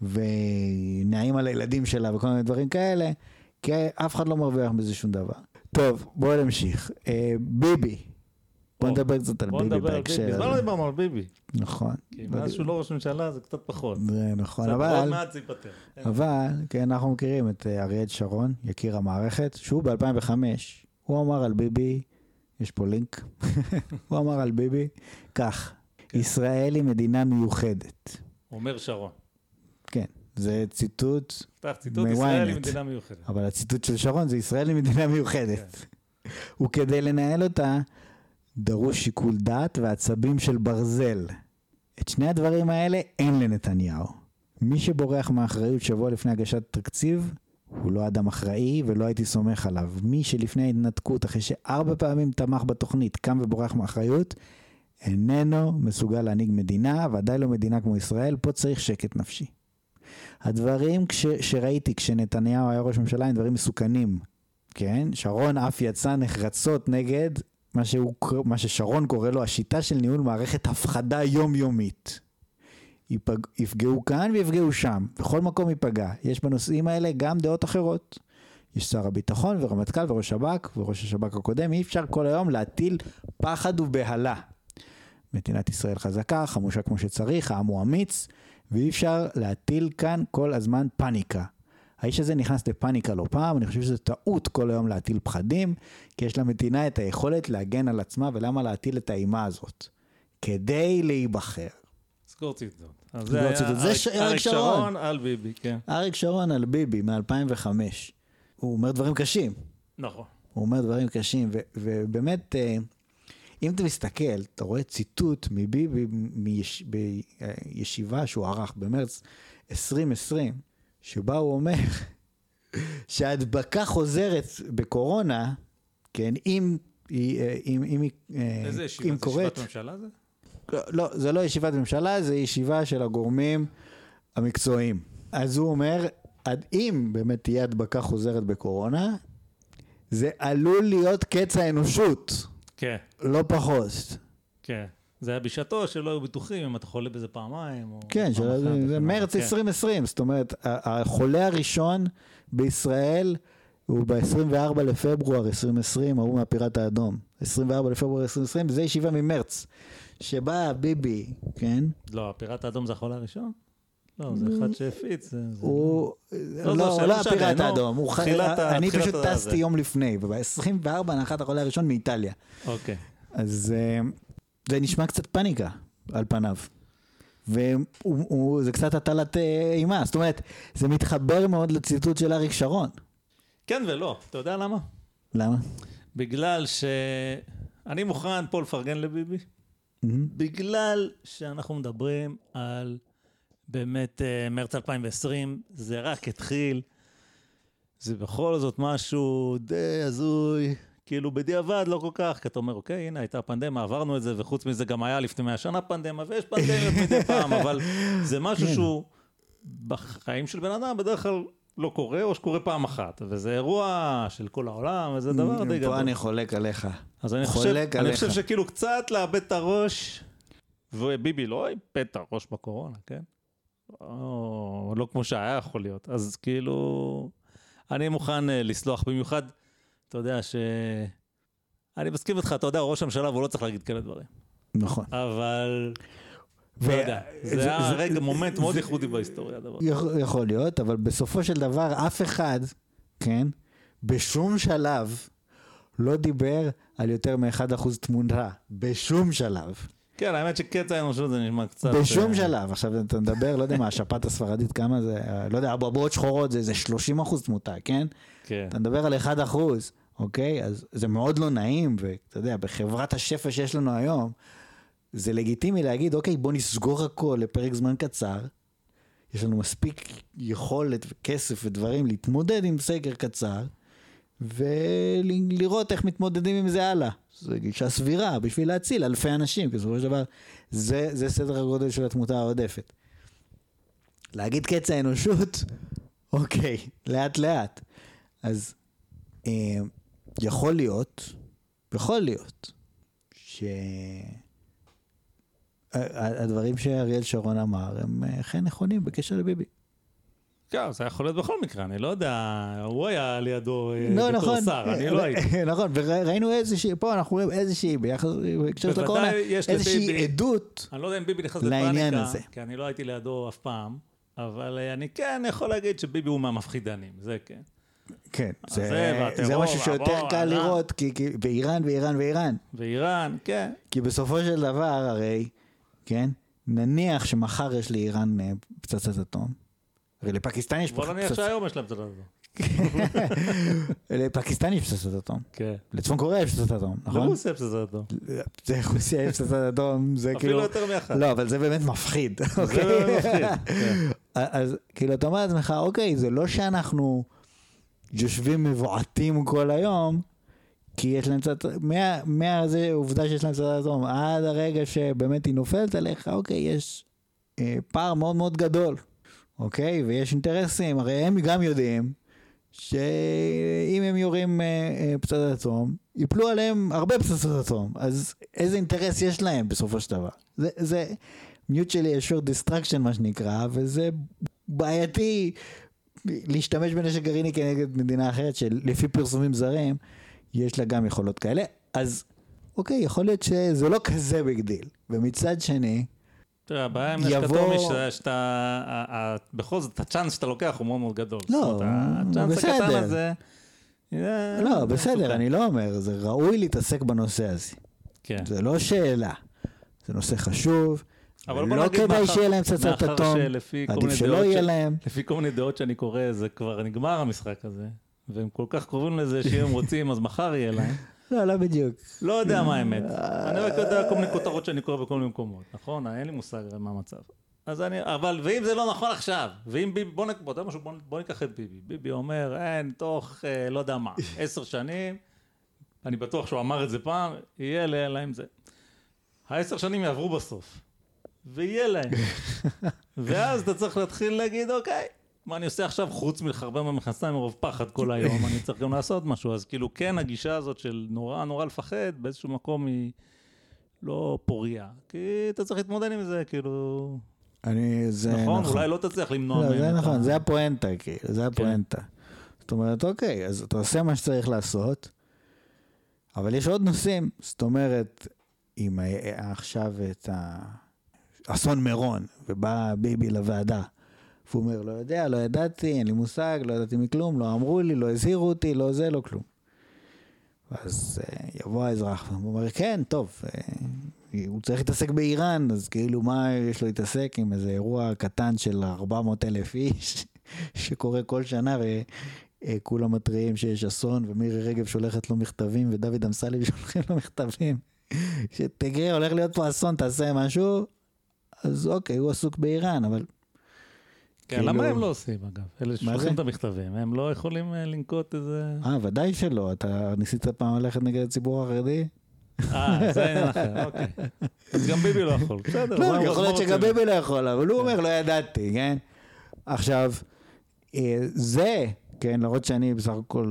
ונעים על הילדים שלה וכל מיני דברים כאלה, כי אף אחד לא מרוויח בזה שום דבר. טוב, בואו נמשיך. ביבי. בואו נדבר קצת על ביבי בהקשר הזה. בזמן לא דיברנו על ביבי. נכון. כי מאז שהוא לא ראש ממשלה זה קצת פחות. זה נכון, אבל... עוד מעט זה ייפטר. אבל, כן, אנחנו מכירים את אריאל שרון, יקיר המערכת, שהוא ב-2005, הוא אמר על ביבי, יש פה לינק, הוא אמר על ביבי, כך, ישראל היא מדינה מיוחדת. אומר שרון. כן, זה ציטוט ישראל היא מדינה מיוחדת. אבל הציטוט של שרון זה ישראל היא מדינה מיוחדת. וכדי לנהל אותה, דרוש שיקול דעת ועצבים של ברזל. את שני הדברים האלה אין לנתניהו. מי שבורח מאחריות שבוע לפני הגשת תקציב, הוא לא אדם אחראי ולא הייתי סומך עליו. מי שלפני ההתנתקות, אחרי ש4 פעמים תמך בתוכנית, קם ובורח מאחריות, איננו מסוגל להנהיג מדינה, ודאי לא מדינה כמו ישראל, פה צריך שקט נפשי. הדברים שראיתי כשנתניהו היה ראש ממשלה הם דברים מסוכנים. כן? שרון אף יצא נחרצות נגד מה ששרון קורא לו השיטה של ניהול מערכת הפחדה יומיומית. יפגעו כאן ויפגעו שם. בכל מקום ייפגע. יש בנושאים האלה גם דעות אחרות. יש שר הביטחון ורמטכ"ל וראש שב"כ וראש השב"כ הקודם. אי אפשר כל היום להטיל פחד ובהלה. מדינת ישראל חזקה, חמושה כמו שצריך, העם הוא אמיץ, ואי אפשר להטיל כאן כל הזמן פאניקה. האיש הזה נכנס לפאניקה לא פעם, אני חושב שזה טעות כל היום להטיל פחדים, כי יש למדינה את היכולת להגן על עצמה, ולמה להטיל את האימה הזאת? כדי להיבחר. סגור ציטוט. זה היה אריק שרון על ביבי, כן. אריק שרון על ביבי מ-2005. הוא אומר דברים קשים. נכון. הוא אומר דברים קשים, ובאמת, אם אתה מסתכל, אתה רואה ציטוט מביבי בישיבה שהוא ערך במרץ 2020, שבה הוא אומר שההדבקה חוזרת בקורונה, כן, אם איזה ישיבה? זה ישיבת ממשלה זה? לא, זה לא ישיבת ממשלה, זה ישיבה של הגורמים המקצועיים. אז הוא אומר, אם באמת תהיה הדבקה חוזרת בקורונה, זה עלול להיות קץ האנושות. כן. לא פחות. כן. זה היה בשעתו שלא היו בטוחים אם אתה חולה בזה פעמיים. כן, זה מרץ 2020. זאת אומרת, החולה הראשון בישראל הוא ב-24 לפברואר 2020, הוא מהפיראט האדום. 24 לפברואר 2020, זה ישיבה ממרץ. שבה ביבי, כן? לא, הפיראט האדום זה החולה הראשון? לא, זה אחד שהפיץ. לא הפיראט האדום. אני פשוט טסתי יום לפני, וב-24 נחת החולה הראשון מאיטליה. אוקיי. אז זה נשמע קצת פאניקה על פניו. וזה קצת הטלת אימה. זאת אומרת, זה מתחבר מאוד לציטוט של אריק שרון. כן ולא. אתה יודע למה? למה? בגלל שאני מוכן פה לפרגן לביבי. בגלל שאנחנו מדברים על באמת מרץ 2020, זה רק התחיל. זה בכל זאת משהו די הזוי, כאילו בדיעבד לא כל כך, כי אתה אומר, אוקיי, הנה הייתה פנדמיה, עברנו את זה, וחוץ מזה גם היה לפני 100 שנה פנדמיה, ויש פנדמיות מדי פעם, אבל זה משהו שהוא בחיים של בן אדם בדרך כלל לא קורה, או שקורה פעם אחת, וזה אירוע של כל העולם, וזה דבר די גדול. פה אני חולק עליך. אז אני חושב שכאילו קצת לאבד את הראש, וביבי לא איבד את הראש בקורונה, כן? או לא כמו שהיה יכול להיות. אז כאילו, אני מוכן לסלוח במיוחד, אתה יודע אני מסכים איתך, אתה יודע, ראש הממשלה, והוא לא צריך להגיד כאלה דברים. נכון. אבל לא יודע, זה היה רגע, מומנט מאוד ייחודי בהיסטוריה. יכול להיות, אבל בסופו של דבר, אף אחד, כן, בשום שלב לא דיבר על יותר מ1% תמונה. בשום שלב. כן, האמת שקטע האנושות זה נשמע קצת... בשום שלב. עכשיו אתה מדבר, לא יודע מה, השפעת הספרדית, כמה זה, לא יודע, אבעבועות שחורות זה 30% תמותה, כן? כן. אתה מדבר על 1%, אוקיי? אז זה מאוד לא נעים, ואתה יודע, בחברת השפע שיש לנו היום, זה לגיטימי להגיד, אוקיי, בוא נסגור הכל לפרק זמן קצר, יש לנו מספיק יכולת וכסף ודברים להתמודד עם סגר קצר, ולראות איך מתמודדים עם זה הלאה. זו גישה סבירה בשביל להציל אלפי אנשים, כי בסופו של דבר זה סדר הגודל של התמותה העודפת. להגיד קץ האנושות, אוקיי, לאט לאט. אז יכול להיות שהדברים שאריאל שרון אמר הם אכן נכונים בקשר לביבי. כן, זה יכול להיות בכל מקרה, אני לא יודע, הוא היה לידו בתור שר, אני לא הייתי. נכון, וראינו איזושהי, פה אנחנו רואים איזושהי, ביחס לקשר לקורונה, איזושהי עדות אני לא יודע אם ביבי נכנס לעניין הזה. כי אני לא הייתי לידו אף פעם, אבל אני כן יכול להגיד שביבי הוא מהמפחידנים, זה כן. כן, זה משהו שיותר קל לראות, כי באיראן, ואיראן, כן. כי בסופו של דבר, הרי, כן, נניח שמחר יש לאיראן פצצת אטום, הרי לפקיסטן יש פצצת אטום. בוא נניח שהיום יש להם פצצת אטום. לפקיסטן יש פצצת אטום. כן. לצפון קוריאה יש פצצת אטום, נכון? לרוסיה פצצת אטום. זה רוסיה יש פצצת אטום, זה כאילו... אפילו יותר מאחד. לא, אבל זה באמת מפחיד. זה באמת מפחיד, כן. אז כאילו אתה אומר לעצמך, אוקיי, זה לא שאנחנו יושבים מבועטים כל היום, כי יש להם קצת, זה עובדה שיש להם קצת אטום, עד הרגע שבאמת היא נופלת עליך, אוקיי, יש פער מאוד מאוד גדול, אוקיי, ויש אינטרסים, הרי הם גם יודעים, שאם הם יורים פצצת אטום, יפלו עליהם הרבה פצצות אטום, אז איזה אינטרס יש להם בסופו של דבר? זה mutually assured destruction מה שנקרא, וזה בעייתי להשתמש בנשק גרעיני כנגד מדינה אחרת, שלפי פרסומים זרים, יש לה גם יכולות כאלה, אז אוקיי, יכול להיות שזה לא כזה ביג דיל, ומצד שני, תראה, הבעיה עם נשק אטומי שאתה, בכל זאת, הצ'אנס שאתה לוקח הוא מאוד מאוד גדול. לא, הצ'אנס הקטן הזה... לא, בסדר, אני לא אומר, זה ראוי להתעסק בנושא הזה. כן. זה לא שאלה, זה נושא חשוב, לא כדאי שיהיה להם פצצת אטום, עדיף שלא יהיה להם. לפי כל מיני דעות שאני קורא, זה כבר נגמר המשחק הזה, והם כל כך קרובים לזה שאם הם רוצים, אז מחר יהיה להם. לא, לא בדיוק. לא יודע מה האמת. אני רק יודע כל מיני כותרות שאני קורא בכל מיני מקומות, נכון? אין לי מושג מה המצב. אבל, ואם זה לא נכון עכשיו, ואם ביבי, בוא ניקח את ביבי. ביבי אומר, אין, תוך, לא יודע מה, 10 שנים, אני בטוח שהוא אמר את זה פעם, יהיה להם זה. 10 שנים יעברו בסוף, ויהיה להם. ואז אתה צריך להתחיל להגיד, אוקיי, מה אני עושה עכשיו חוץ מלחרבן במכנסיים מרוב פחד כל היום, אני צריך גם לעשות משהו. אז כאילו כן, הגישה הזאת של נורא לפחד, באיזשהו מקום היא לא פוריה. כי אתה צריך להתמודד עם זה, כאילו... נכון, אולי לא תצליח למנוע מהם. זה נכון, זה הפואנטה, כאילו, זה הפואנטה. זאת אומרת, אוקיי, אז אתה עושה מה שצריך לעשות, אבל יש עוד נושאים, זאת אומרת, אם עכשיו את אסון מירון, ובא ביבי לוועדה, והוא אומר, לא יודע, לא ידעתי, אין לי מושג, לא ידעתי מכלום, לא אמרו לי, לא הזהירו אותי, לא זה, לא כלום. אז יבוא האזרח, והוא אומר, כן, טוב, הוא צריך להתעסק באיראן, אז כאילו מה יש לו להתעסק עם איזה אירוע קטן של 400,000 איש, שקורה כל שנה, וכולם מטריעים שיש אסון, ומירי רגב שולחת לו מכתבים, ודוד אמסלם שולחים לו מכתבים, שתגריר, הולך להיות פה אסון, תעשה משהו, אז אוקיי, הוא עסוק באיראן, אבל כן, למה הם לא עושים, אגב? אלה ששולחים את המכתבים, הם לא יכולים לנקוט איזה... ודאי שלא. אתה ניסית פעם ללכת נגד הציבור החרדי? זה עניין אחר, אוקיי. אז גם ביבי לא יכול, בסדר. לא, יכול להיות שגם ביבי לא יכול, אבל הוא אומר, לא ידעתי, כן? עכשיו, זה, כן, למרות שאני בסך הכל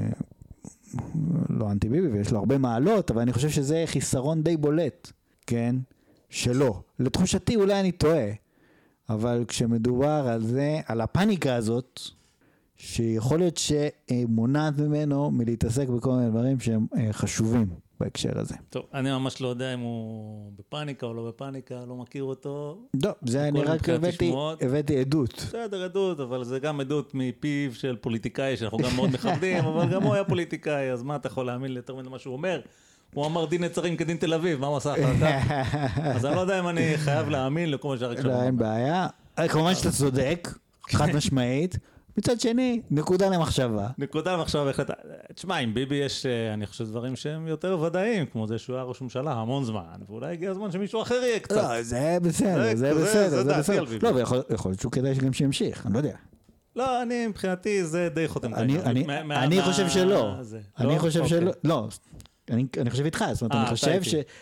לא אנטי ביבי, ויש לו הרבה מעלות, אבל אני חושב שזה חיסרון די בולט, כן? שלא. לתחושתי אולי אני טועה, אבל כשמדובר על זה, על הפאניקה הזאת, שיכול להיות שמונעת ממנו מלהתעסק בכל מיני דברים שהם חשובים בהקשר הזה. טוב, אני ממש לא יודע אם הוא בפאניקה או לא בפאניקה, לא מכיר אותו. לא, זה אני רק הבאתי עדות. בסדר, עדות, אבל זה גם עדות מפיו של פוליטיקאי, שאנחנו גם מאוד מכבדים, אבל גם הוא היה פוליטיקאי, אז מה אתה יכול להאמין יותר מדי מה שהוא אומר? הוא אמר דין נצרים כדין תל אביב, מה הוא עשה אחר כך? אז אני לא יודע אם אני חייב להאמין לכל מה שהרק שלנו. לא, אין בעיה. כמובן שאתה צודק, חד משמעית. מצד שני, נקודה למחשבה. נקודה למחשבה בהחלט. תשמע, עם ביבי יש, אני חושב, דברים שהם יותר ודאיים, כמו זה שהוא היה ראש ממשלה המון זמן, ואולי הגיע הזמן שמישהו אחר יהיה קצת. לא, זה בסדר, זה בסדר, זה בסדר. לא, ויכול להיות שהוא כדאי שגם שימשיך, אני לא יודע. לא, אני, מבחינתי, זה די חותם. אני חושב שלא. אני חושב שלא. לא, אני חושב איתך, זאת אומרת, אני חושב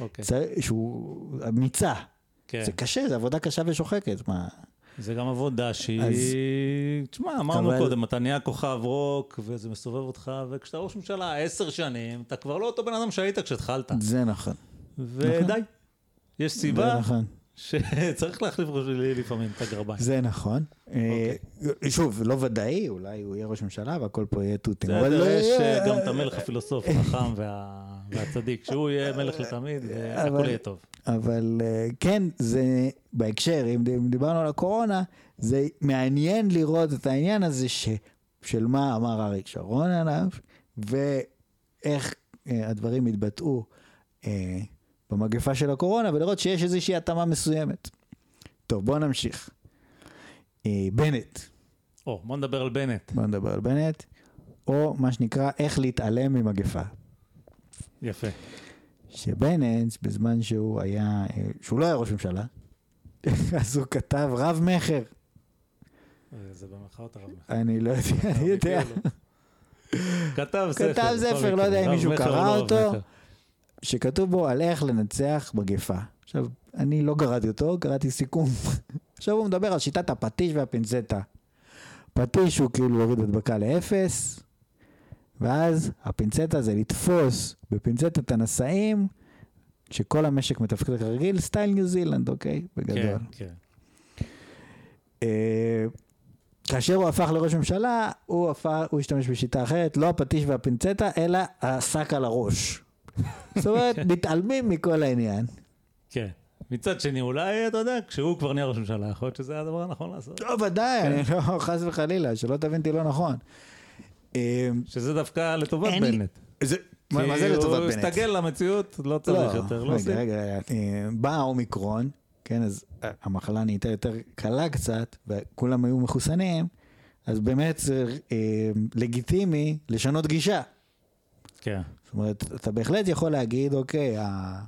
שהוא אמיצה. זה קשה, זה עבודה קשה ושוחקת, מה... זה גם עבודה שהיא... תשמע, אמרנו קודם, אתה נהיה כוכב רוק, וזה מסובב אותך, וכשאתה ראש ממשלה 10 שנים, אתה כבר לא אותו בן אדם שהיית כשהתחלת. זה נכון. ודי. יש סיבה שצריך להחליף לפעמים את הגרביים. זה נכון. שוב, לא ודאי, אולי הוא יהיה ראש ממשלה, והכל פה יהיה תותים. יש גם את המלך הפילוסוף, החכם והצדיק, שהוא יהיה מלך לתמיד, והכל יהיה טוב. אבל כן, זה בהקשר, אם דיברנו על הקורונה, זה מעניין לראות את העניין הזה של מה אמר אריק שרון עליו, ואיך הדברים התבטאו במגפה של הקורונה, ולראות שיש איזושהי התאמה מסוימת. טוב, בואו נמשיך. בנט. בואו נדבר על בנט. בואו נדבר על בנט, או מה שנקרא, איך להתעלם ממגפה. יפה. שבנט, בזמן שהוא היה, שהוא לא היה ראש ממשלה, אז הוא כתב רב מחר. זה במחאות הרב מחר. אני לא יודע, אני יודע. כתב ספר. כתב ספר, לא יודע אם מישהו קרא אותו, שכתוב בו על איך לנצח מגפה. עכשיו, אני לא קראתי אותו, קראתי סיכום. עכשיו הוא מדבר על שיטת הפטיש והפינצטה. פטיש הוא כאילו הוריד הדבקה לאפס, ואז הפינצטה זה לתפוס בפינצטת הנשאים, שכל המשק מתפקד כרגיל, סטייל ניו זילנד, אוקיי? בגדול. כן, כן. כאשר הוא הפך לראש ממשלה, הוא השתמש בשיטה אחרת, לא הפטיש והפינצטה, אלא השק על הראש. זאת אומרת, מתעלמים מכל העניין. כן. מצד שני, אולי, אתה יודע, כשהוא כבר נהיה ראש ממשלה, יכול להיות שזה היה הדבר הנכון לעשות. לא, ודאי, אני לא חס וחלילה, שלא תבינתי לא נכון. שזה דווקא לטובת בנט. מה זה לטובת בנט? הוא הסתגל למציאות, לא צריך יותר. רגע, בא האומיקרון, כן, אז המחלה נהייתה יותר קלה קצת, וכולם היו מחוסנים, אז באמת זה לגיטימי לשנות גישה. כן. זאת אומרת, אתה בהחלט יכול להגיד, אוקיי,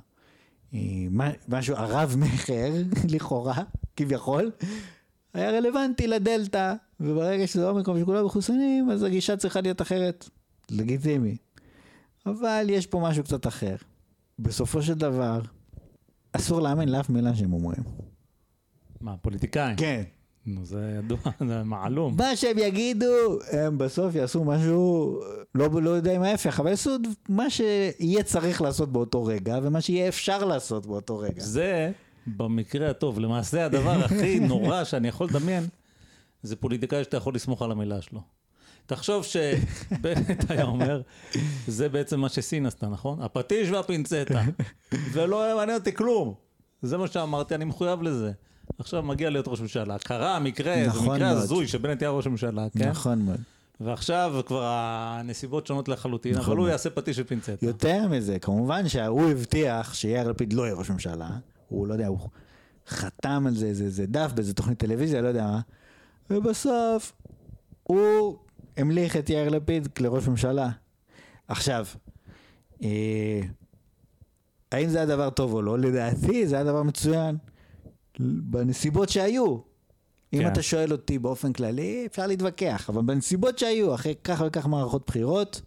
משהו, הרב מחר, לכאורה, כביכול, היה רלוונטי לדלטה, וברגע שזה אומיקרון שכולם מחוסנים, אז הגישה צריכה להיות אחרת. לגיטימי. אבל יש פה משהו קצת אחר. בסופו של דבר, אסור להאמין לאף מילה שהם אומרים. מה, פוליטיקאים? כן. נו, זה ידוע, זה מעלום. מה שהם יגידו, הם בסוף יעשו משהו, לא יודע אם ההפך, אבל יעשו מה שיהיה צריך לעשות באותו רגע, ומה שיהיה אפשר לעשות באותו רגע. זה, במקרה הטוב, למעשה הדבר הכי נורא שאני יכול לדמיין, זה פוליטיקאי שאתה יכול לסמוך על המילה שלו. תחשוב שבנט היה אומר, זה בעצם מה שסין עשתה, נכון? הפטיש והפינצטה. ולא מעניין אותי כלום. זה מה שאמרתי, אני מחויב לזה. עכשיו מגיע להיות ראש ממשלה. קרה המקרה, זה מקרה הזוי שבנט היה ראש ממשלה, כן? נכון מאוד. ועכשיו כבר הנסיבות שונות לחלוטין, אבל הוא יעשה פטיש ופינצטה. יותר מזה, כמובן שהוא הבטיח שיאיר לפיד לא יהיה ראש ממשלה. הוא לא יודע, הוא חתם על זה דף באיזה תוכנית טלוויזיה, לא יודע מה. ובסוף הוא המליך את יאיר לפיד לראש ממשלה. עכשיו, האם זה הדבר טוב או לא? לדעתי זה הדבר מצוין. בנסיבות שהיו. אם אתה שואל אותי באופן כללי, אפשר להתווכח, אבל בנסיבות שהיו, אחרי כך וכך מערכות בחירות,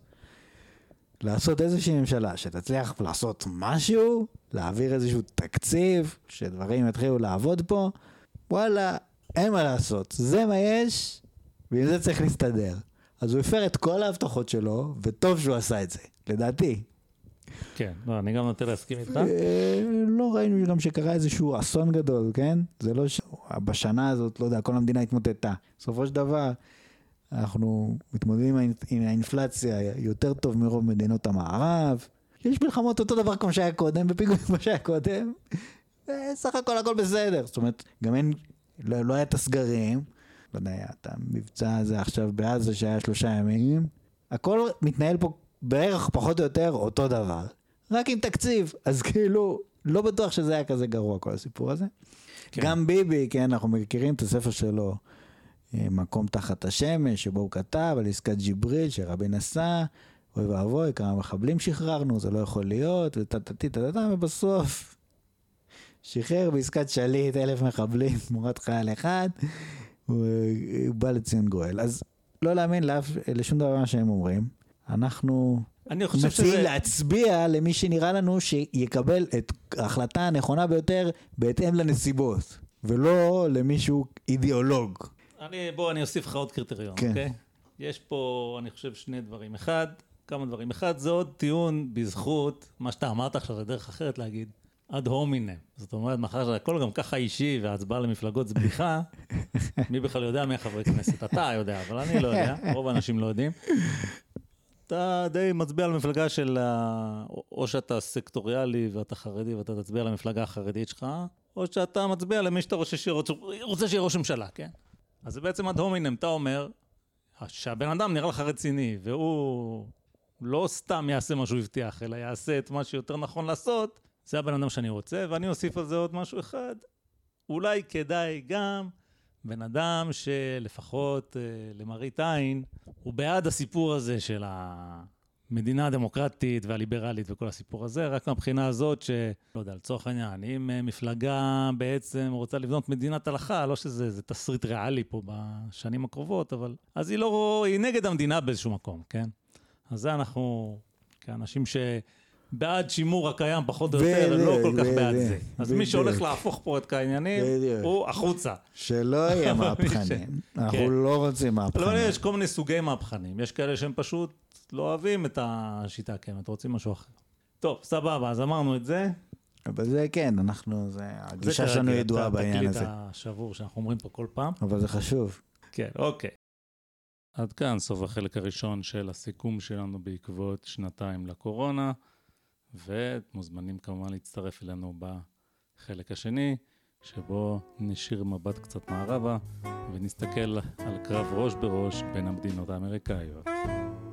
לעשות איזושהי ממשלה שתצליח לעשות משהו, להעביר איזשהו תקציב, שדברים יתחילו לעבוד פה, וואלה, אין מה לעשות, זה מה יש, ועם זה צריך להסתדר. אז הוא הפר את כל ההבטחות שלו, וטוב שהוא עשה את זה, לדעתי. כן, לא, אני גם נוטה להסכים איתך. לא ראינו גם שקרה איזשהו אסון גדול, כן? זה לא בשנה הזאת, לא יודע, כל המדינה התמוטטה. בסופו של דבר, אנחנו מתמודדים עם האינפלציה יותר טוב מרוב מדינות המערב. יש מלחמות אותו דבר כמו שהיה קודם, בפיגועים כמו שהיה קודם. סך הכל בסדר. זאת אומרת, גם לא היה את הסגרים. לא יודע, היה את המבצע הזה עכשיו בעזה שהיה 3 ימים. הכל מתנהל פה בערך פחות או יותר אותו דבר. רק עם תקציב. אז כאילו, לא בטוח שזה היה כזה גרוע כל הסיפור הזה. כן. גם ביבי, כן, אנחנו מכירים את הספר שלו, מקום תחת השמש, שבו הוא כתב על עסקת ג'יבריל שרבין עשה, אוי ואבוי, כמה מחבלים שחררנו, זה לא יכול להיות, ובסוף שחרר בעסקת שליט 1,000 מחבלים תמורת חייל אחד, הוא בא לציון גואל. אז לא להאמין לשום דבר מה שהם אומרים. אנחנו מציעים להצביע למי שנראה לנו שיקבל את ההחלטה הנכונה ביותר בהתאם לנסיבות, ולא למישהו אידיאולוג. אני אוסיף לך עוד קריטריון, אוקיי? יש פה, אני חושב, 2 דברים. כמה דברים. אחד, זה עוד טיעון בזכות, מה שאתה אמרת עכשיו, זה דרך אחרת להגיד, עד הומינם. זאת אומרת, מאחר שהכל גם ככה אישי, וההצבעה למפלגות זה בדיחה, מי בכלל יודע מי חברי כנסת? אתה יודע, אבל אני לא יודע, רוב האנשים לא יודעים. אתה די מצביע על מפלגה של, או שאתה סקטוריאלי ואתה חרדי ואתה תצביע על המפלגה החרדית שלך, או שאתה מצביע למי שאתה רוצה שיהיה ראש ממשלה, כן? אז זה בעצם עד הומינם, אתה אומר, שהבן אדם נראה לך רציני, והוא לא סתם יעשה מה שהוא הבטיח, אלא יעשה את מה שיותר נכון לעשות, זה הבן אדם שאני רוצה, ואני אוסיף על זה עוד משהו אחד, אולי כדאי גם בן אדם שלפחות למראית עין, הוא בעד הסיפור הזה של המדינה הדמוקרטית והליברלית וכל הסיפור הזה, רק מהבחינה הזאת לא יודע, לצורך העניין, אם מפלגה בעצם רוצה לבנות מדינת הלכה, לא שזה תסריט ריאלי פה בשנים הקרובות, אבל אז היא נגד המדינה באיזשהו מקום, כן? אז זה אנחנו, כאנשים בעד שימור הקיים פחות או יותר, לא כל כך בעד זה. אז מי שהולך להפוך פה את העניינים, הוא החוצה. שלא יהיה מהפכנים. אנחנו לא רוצים מהפכנים. לא, יש כל מיני סוגי מהפכנים. יש כאלה שהם פשוט לא אוהבים את השיטה הקיימת, רוצים משהו אחר. טוב, סבבה, אז אמרנו את זה. אבל זה כן, הגישה שלנו ידועה בעניין הזה. זה תקליט השבור שאנחנו אומרים פה כל פעם. אבל זה חשוב. כן, אוקיי. עד כאן סוף החלק הראשון של הסיכום שלנו בעקבות 2 לקורונה. ומוזמנים כמובן להצטרף אלינו בחלק השני, שבו נשאיר מבט קצת מערבה ונסתכל על קרב ראש בראש בין המדינות האמריקאיות.